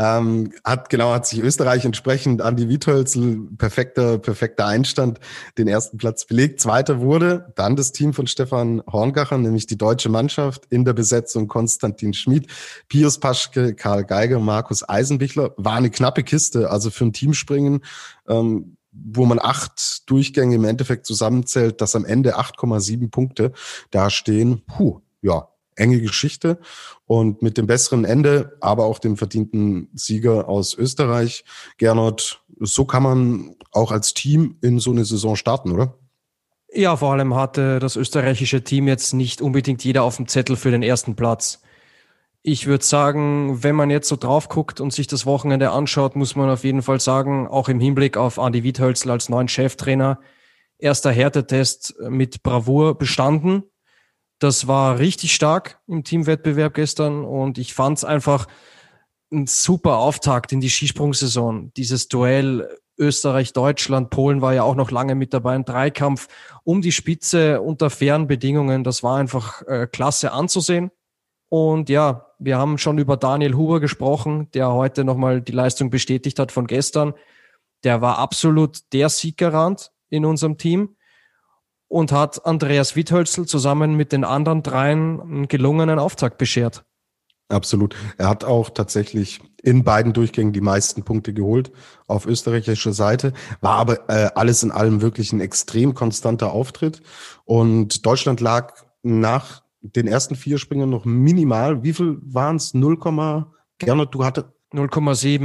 Hat sich Österreich entsprechend Andi Wiethölzl, perfekter Einstand, den ersten Platz belegt. Zweiter wurde dann das Team von Stefan Horngacher, nämlich die deutsche Mannschaft in der Besetzung Konstantin Schmid, Pius Paschke, Karl Geiger, Markus Eisenbichler. War eine knappe Kiste, also für ein Teamspringen, wo man 8 Durchgänge im Endeffekt zusammenzählt, dass am Ende 8,7 Punkte da stehen. Enge Geschichte. Und mit dem besseren Ende, aber auch dem verdienten Sieger aus Österreich, Gernot, so kann man auch als Team in so eine Saison starten, oder? Ja, vor allem hatte das österreichische Team jetzt nicht unbedingt jeder auf dem Zettel für den ersten Platz. Ich würde sagen, wenn man jetzt so drauf guckt und sich das Wochenende anschaut, muss man auf jeden Fall sagen, auch im Hinblick auf Andi Wiethölzl als neuen Cheftrainer, erster Härtetest mit Bravour bestanden. Das war richtig stark im Teamwettbewerb gestern und ich fand es einfach ein super Auftakt in die Skisprungsaison. Dieses Duell Österreich-Deutschland, Polen war ja auch noch lange mit dabei, ein Dreikampf um die Spitze unter fairen Bedingungen. Das war einfach klasse anzusehen. Und ja, wir haben schon über Daniel Huber gesprochen, der heute nochmal die Leistung bestätigt hat von gestern. Der war absolut der Sieggarant in unserem Team und hat Andreas Wiethölzl zusammen mit den anderen dreien einen gelungenen Auftakt beschert. Absolut. Er hat auch tatsächlich in beiden Durchgängen die meisten Punkte geholt auf österreichischer Seite, war aber alles in allem wirklich ein extrem konstanter Auftritt. Und Deutschland lag nach den ersten 4 Springen noch minimal. Wie viel waren es? Gernot, du hattest 0,7.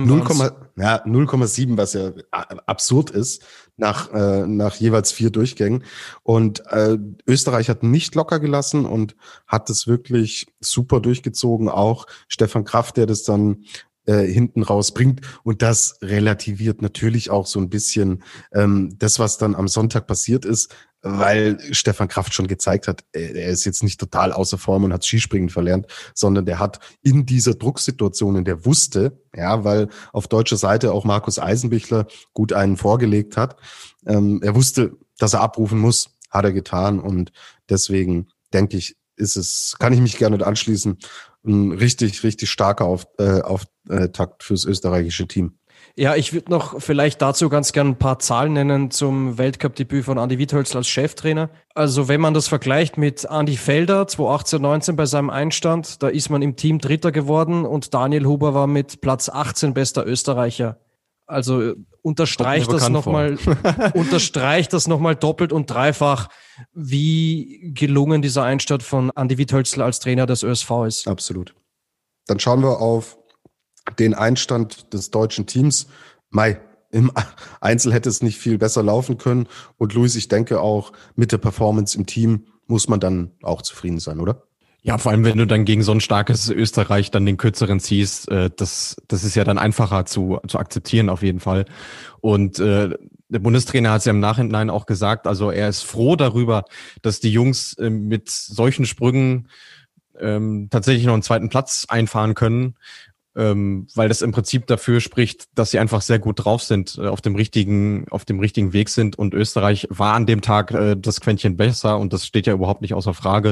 0,7, was ja absurd ist, nach jeweils 4 Durchgängen. Und Österreich hat nicht locker gelassen und hat es wirklich super durchgezogen. Auch Stefan Kraft, der das dann hinten rausbringt. Und das relativiert natürlich auch so ein bisschen das, was dann am Sonntag passiert ist, weil Stefan Kraft schon gezeigt hat, er ist jetzt nicht total außer Form und hat Skispringen verlernt, sondern der hat in dieser Drucksituation, in der wusste, ja, weil auf deutscher Seite auch Markus Eisenbichler gut einen vorgelegt hat, er wusste, dass er abrufen muss, hat er getan und deswegen denke ich, kann ich mich gerne anschließen, ein richtig, richtig starker Auftakt fürs österreichische Team. Ja, ich würde noch vielleicht dazu ganz gern ein paar Zahlen nennen zum Weltcup-Debüt von Andi Wiethölzl als Cheftrainer. Also wenn man das vergleicht mit Andi Felder 2018-19 bei seinem Einstand, da ist man im Team Dritter geworden und Daniel Huber war mit Platz 18 bester Österreicher. Also unterstreicht das nochmal doppelt und dreifach, wie gelungen dieser Einstand von Andi Wiethölzl als Trainer des ÖSV ist. Absolut. Dann schauen wir auf den Einstand des deutschen Teams. Im Einzel hätte es nicht viel besser laufen können. Und Luis, ich denke auch, mit der Performance im Team muss man dann auch zufrieden sein, oder? Ja, vor allem, wenn du dann gegen so ein starkes Österreich dann den kürzeren ziehst, das ist ja dann einfacher zu akzeptieren auf jeden Fall. Und der Bundestrainer hat es ja im Nachhinein auch gesagt, also er ist froh darüber, dass die Jungs mit solchen Sprüngen tatsächlich noch einen zweiten Platz einfahren können. weil das im Prinzip dafür spricht, dass sie einfach sehr gut drauf sind, auf dem richtigen Weg sind, und Österreich war an dem Tag das Quäntchen besser, und das steht ja überhaupt nicht außer Frage,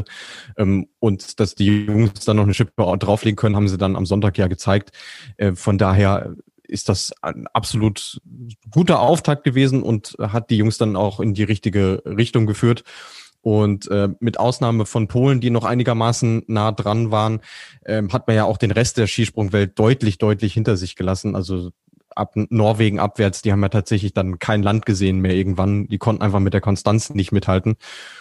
und dass die Jungs dann noch eine Schippe drauflegen können, haben sie dann am Sonntag ja gezeigt. Von daher ist das ein absolut guter Auftakt gewesen und hat die Jungs dann auch in die richtige Richtung geführt. Und mit Ausnahme von Polen, die noch einigermaßen nah dran waren, hat man ja auch den Rest der Skisprungwelt deutlich hinter sich gelassen. Also ab Norwegen abwärts, die haben ja tatsächlich dann kein Land gesehen mehr irgendwann. Die konnten einfach mit der Konstanz nicht mithalten.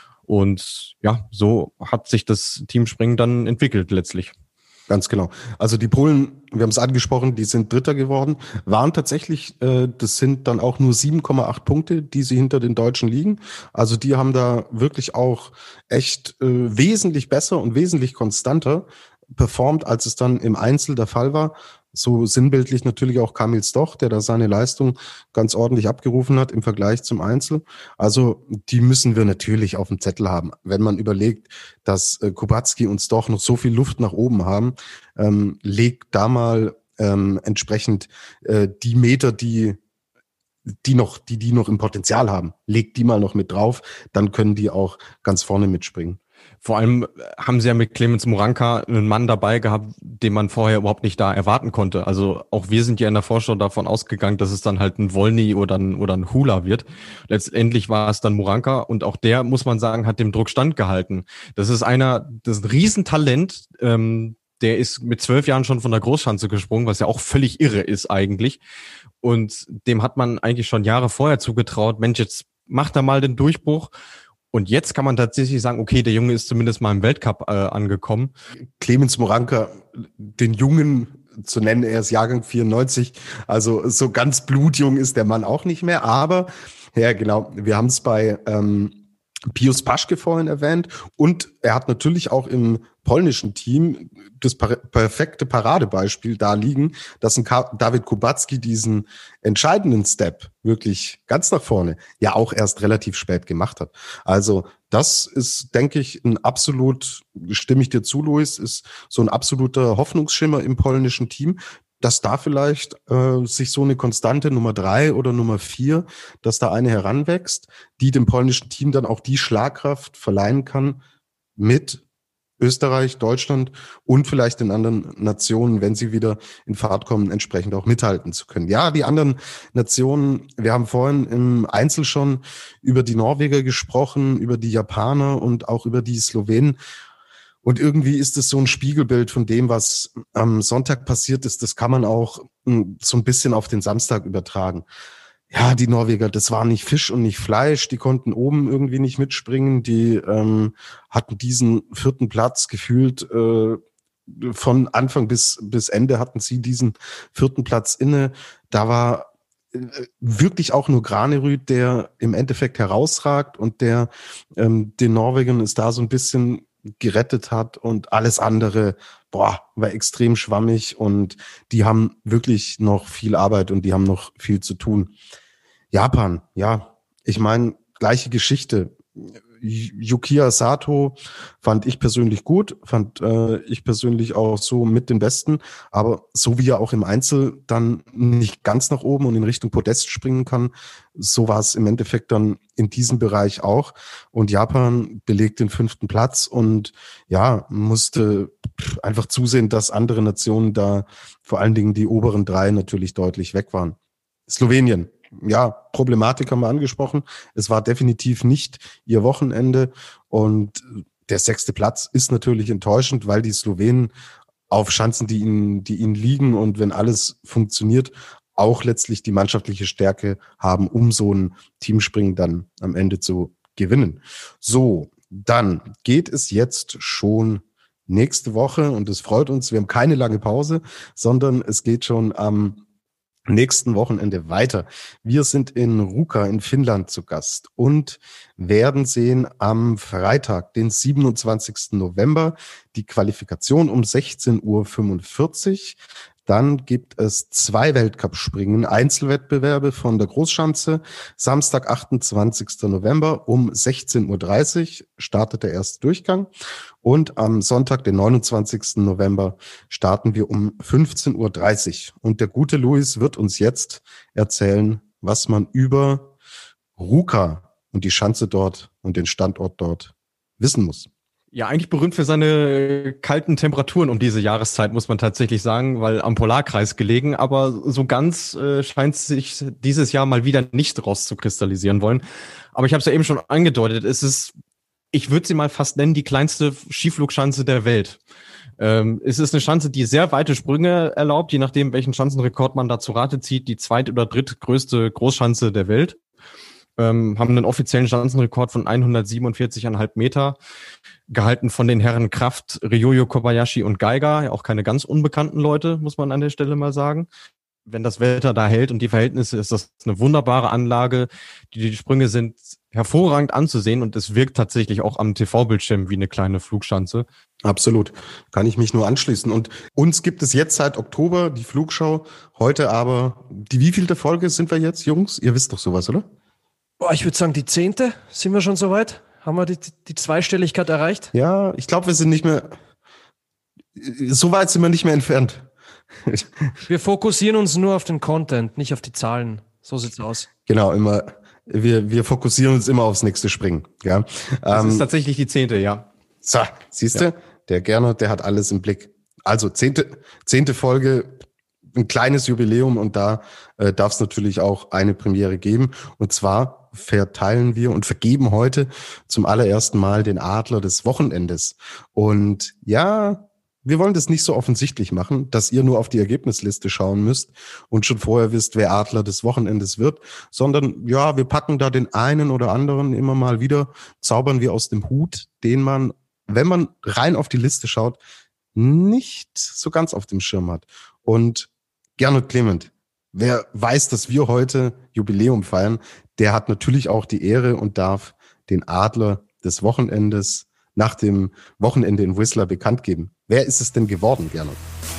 Und ja, so hat sich das Teamspringen dann entwickelt letztlich. Ganz genau. Also die Polen, wir haben es angesprochen, die sind Dritter geworden, waren tatsächlich, das sind dann auch nur 7,8 Punkte, die sie hinter den Deutschen liegen. Also die haben da wirklich auch echt wesentlich besser und wesentlich konstanter performt, als es dann im Einzel der Fall war. So sinnbildlich natürlich auch Kamil Stoch, der da seine Leistung ganz ordentlich abgerufen hat im Vergleich zum Einzel. Also die müssen wir natürlich auf dem Zettel haben. Wenn man überlegt, dass Kubacki und Stoch noch so viel Luft nach oben haben, legt da mal entsprechend die Meter, die noch im Potenzial haben, legt die mal noch mit drauf, dann können die auch ganz vorne mitspringen. Vor allem haben sie ja mit Clemens Moranka einen Mann dabei gehabt, den man vorher überhaupt nicht da erwarten konnte. Also auch wir sind ja in der Vorschau davon ausgegangen, dass es dann halt ein Wolny oder ein Hula wird. Letztendlich war es dann Moranka, und auch der, muss man sagen, hat dem Druck standgehalten. Das ist ein Riesentalent. Der ist mit 12 Jahren schon von der Großschanze gesprungen, was ja auch völlig irre ist eigentlich. Und dem hat man eigentlich schon Jahre vorher zugetraut, Mensch, jetzt macht er mal den Durchbruch. Und jetzt kann man tatsächlich sagen, okay, der Junge ist zumindest mal im Weltcup angekommen. Clemens Moranka, den Jungen zu nennen, er ist Jahrgang 94, also so ganz blutjung ist der Mann auch nicht mehr. Aber, ja genau, wir haben es bei Pius Paschke vorhin erwähnt, und er hat natürlich auch im polnischen Team das perfekte Paradebeispiel da liegen, dass ein David Kubacki diesen entscheidenden Step wirklich ganz nach vorne ja auch erst relativ spät gemacht hat. Also das ist, denke ich, stimme ich dir zu, Luis, ist so ein absoluter Hoffnungsschimmer im polnischen Team, dass da vielleicht sich so eine konstante Nummer 3 oder Nummer 4, dass da eine heranwächst, die dem polnischen Team dann auch die Schlagkraft verleihen kann, mit Österreich, Deutschland und vielleicht den anderen Nationen, wenn sie wieder in Fahrt kommen, entsprechend auch mithalten zu können. Ja, die anderen Nationen, wir haben vorhin im Einzel schon über die Norweger gesprochen, über die Japaner und auch über die Slowenen. Und irgendwie ist es so ein Spiegelbild von dem, was am Sonntag passiert ist. Das kann man auch so ein bisschen auf den Samstag übertragen. Ja, die Norweger, das war nicht Fisch und nicht Fleisch. Die konnten oben irgendwie nicht mitspringen. Die hatten diesen 4. Platz gefühlt. Von Anfang bis Ende hatten sie diesen 4. Platz inne. Da war wirklich auch nur Granerüd, der im Endeffekt herausragt und der den Norwegern ist da so ein bisschen gerettet hat, und alles andere, war extrem schwammig, und die haben wirklich noch viel Arbeit und die haben noch viel zu tun. Japan, ja, ich meine, gleiche Geschichte. Yukiya Sato fand ich persönlich gut, fand ich persönlich auch so mit den Besten, aber so wie er auch im Einzel dann nicht ganz nach oben und in Richtung Podest springen kann, so war es im Endeffekt dann in diesem Bereich auch, und Japan belegt den 5. Platz und ja, musste einfach zusehen, dass andere Nationen da, vor allen Dingen die oberen 3, natürlich deutlich weg waren. Slowenien. Ja, Problematik haben wir angesprochen. Es war definitiv nicht ihr Wochenende, und der 6. Platz ist natürlich enttäuschend, weil die Slowenen auf Schanzen, die ihnen liegen, und wenn alles funktioniert, auch letztlich die mannschaftliche Stärke haben, um so ein Teamspringen dann am Ende zu gewinnen. So, dann geht es jetzt schon nächste Woche, und es freut uns, wir haben keine lange Pause, sondern es geht schon am nächsten Wochenende weiter. Wir sind in Ruka in Finnland zu Gast und werden sehen am Freitag, den 27. November, die Qualifikation um 16:45 Uhr. Dann gibt es 2 Weltcup-Springen, Einzelwettbewerbe von der Großschanze. Samstag, 28. November um 16:30 Uhr startet der erste Durchgang. Und am Sonntag, den 29. November, starten wir um 15:30 Uhr. Und der gute Luis wird uns jetzt erzählen, was man über Ruka und die Schanze dort und den Standort dort wissen muss. Ja, eigentlich berühmt für seine kalten Temperaturen um diese Jahreszeit, muss man tatsächlich sagen, weil am Polarkreis gelegen, aber so ganz scheint sich dieses Jahr mal wieder nicht rauszukristallisieren wollen. Aber ich habe es ja eben schon angedeutet, ich würde sie mal fast nennen, die kleinste Skiflugschanze der Welt. Es ist eine Schanze, die sehr weite Sprünge erlaubt, je nachdem, welchen Schanzenrekord man da zu Rate zieht, die zweit- oder drittgrößte Großschanze der Welt. Haben einen offiziellen Schanzenrekord von 147,5 Meter, gehalten von den Herren Kraft, Ryoyo Kobayashi und Geiger, auch keine ganz unbekannten Leute, muss man an der Stelle mal sagen. Wenn das Wetter da hält und die Verhältnisse, ist das eine wunderbare Anlage. Die Sprünge sind hervorragend anzusehen und es wirkt tatsächlich auch am TV-Bildschirm wie eine kleine Flugschanze. Absolut. Kann ich mich nur anschließen. Und uns gibt es jetzt seit Oktober die Flugschau. Heute aber, die wievielte Folge sind wir jetzt, Jungs? Ihr wisst doch sowas, oder? Ich würde sagen, die 10. Sind wir schon soweit? Haben wir die Zweistelligkeit erreicht? Ja, ich glaube, wir sind nicht mehr, so weit sind wir nicht mehr entfernt. Wir fokussieren uns nur auf den Content, nicht auf die Zahlen. So sieht's aus. Genau, immer. Wir fokussieren uns immer aufs nächste Springen. Ja. Das ist tatsächlich die 10., ja. So, siehst du, der Gernot, der hat alles im Blick. Also 10. Folge, ein kleines Jubiläum und da darf es natürlich auch eine Premiere geben. Und zwar verteilen wir und vergeben heute zum allerersten Mal den Adler des Wochenendes. Und ja, wir wollen das nicht so offensichtlich machen, dass ihr nur auf die Ergebnisliste schauen müsst und schon vorher wisst, wer Adler des Wochenendes wird, sondern ja, wir packen da den einen oder anderen immer mal wieder, zaubern wir aus dem Hut, den man, wenn man rein auf die Liste schaut, nicht so ganz auf dem Schirm hat. Und Gernot Clement, wer weiß, dass wir heute Jubiläum feiern, der hat natürlich auch die Ehre und darf den Adler des Wochenendes nach dem Wochenende in Whistler bekannt geben. Wer ist es denn geworden, Gernot?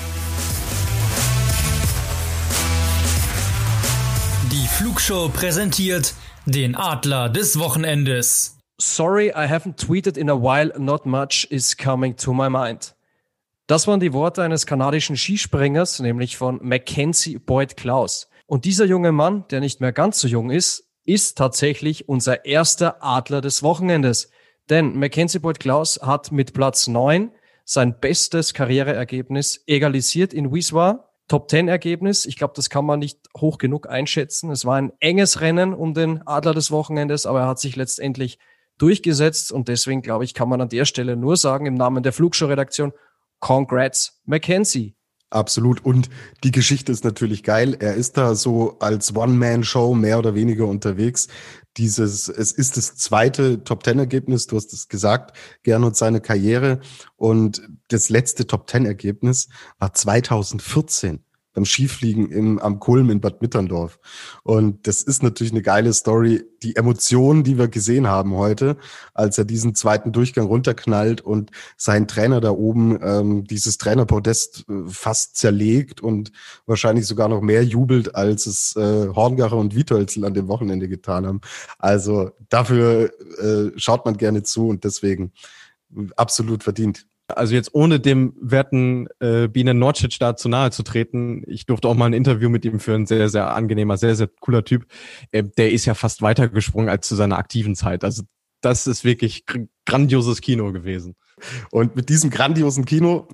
Die Flugshow präsentiert den Adler des Wochenendes. Sorry, I haven't tweeted in a while, not much is coming to my mind. Das waren die Worte eines kanadischen Skispringers, nämlich von Mackenzie Boyd Klaus. Und dieser junge Mann, der nicht mehr ganz so jung ist tatsächlich unser erster Adler des Wochenendes. Denn Mackenzie Boyd Klaus hat mit Platz 9 sein bestes Karriereergebnis egalisiert in Wiswa. Top-10-Ergebnis. Ich glaube, das kann man nicht hoch genug einschätzen. Es war ein enges Rennen um den Adler des Wochenendes, aber er hat sich letztendlich durchgesetzt und deswegen, glaube ich, kann man an der Stelle nur sagen, im Namen der Flugshow-Redaktion, Congrats, Mackenzie. Absolut. Und die Geschichte ist natürlich geil. Er ist da so als One-Man-Show mehr oder weniger unterwegs. Es ist das zweite Top-10-Ergebnis. Du hast es gesagt, Gernot, seine Karriere. Und das letzte Top-10-Ergebnis war 2014 beim Skifliegen am Kulm in Bad Mitterndorf. Und das ist natürlich eine geile Story. Die Emotionen, die wir gesehen haben heute, als er diesen zweiten Durchgang runterknallt und sein Trainer da oben dieses Trainerpodest fast zerlegt und wahrscheinlich sogar noch mehr jubelt, als es Horngacher und Wietholzl an dem Wochenende getan haben. Also dafür schaut man gerne zu und deswegen absolut verdient. Also jetzt ohne dem werten Bienen Norcic da zu nahe zu treten, ich durfte auch mal ein Interview mit ihm führen, sehr, sehr angenehmer, sehr, sehr cooler Typ. Der ist ja fast weitergesprungen als zu seiner aktiven Zeit. Also das ist wirklich grandioses Kino gewesen. Und mit diesem grandiosen Kino,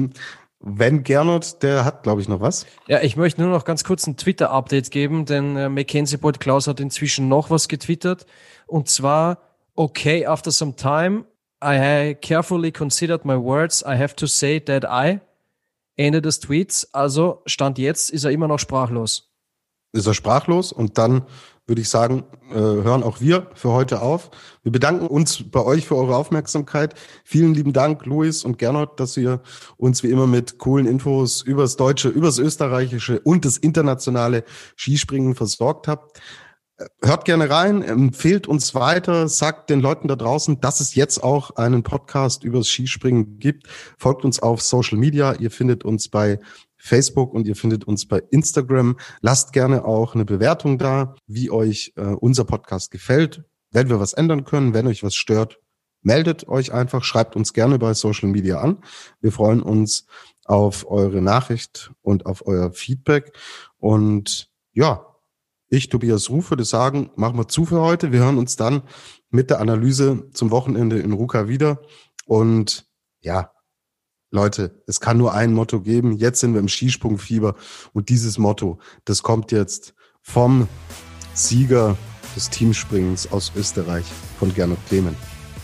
wenn Gernot, der hat, glaube ich, noch was. Ja, ich möchte nur noch ganz kurz ein Twitter-Update geben, denn Mackenzie Boyd Klaus hat inzwischen noch was getwittert. Und zwar, okay, after some time, I carefully considered my words. I have to say that Ende des Tweets. Also, Stand jetzt ist er immer noch sprachlos. Ist er sprachlos und dann würde ich sagen, hören auch wir für heute auf. Wir bedanken uns bei euch für eure Aufmerksamkeit. Vielen lieben Dank, Luis und Gernot, dass ihr uns wie immer mit coolen Infos übers Deutsche, übers Österreichische und das internationale Skispringen versorgt habt. Hört gerne rein, empfehlt uns weiter, sagt den Leuten da draußen, dass es jetzt auch einen Podcast übers Skispringen gibt. Folgt uns auf Social Media. Ihr findet uns bei Facebook und ihr findet uns bei Instagram. Lasst gerne auch eine Bewertung da, wie euch unser Podcast gefällt. Wenn wir was ändern können, wenn euch was stört, meldet euch einfach, schreibt uns gerne bei Social Media an. Wir freuen uns auf eure Nachricht und auf euer Feedback. Und ja, ich, Tobias Ruf, würde sagen, machen wir zu für heute. Wir hören uns dann mit der Analyse zum Wochenende in Ruka wieder. Und ja, Leute, es kann nur ein Motto geben. Jetzt sind wir im Skisprungfieber. Und dieses Motto, das kommt jetzt vom Sieger des Teamspringens aus Österreich, von Gernot Clement.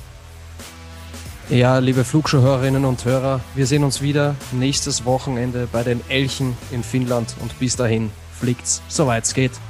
Ja, liebe Flugshow-Hörerinnen und Hörer, wir sehen uns wieder nächstes Wochenende bei den Elchen in Finnland und bis dahin fliegt's, soweit's geht.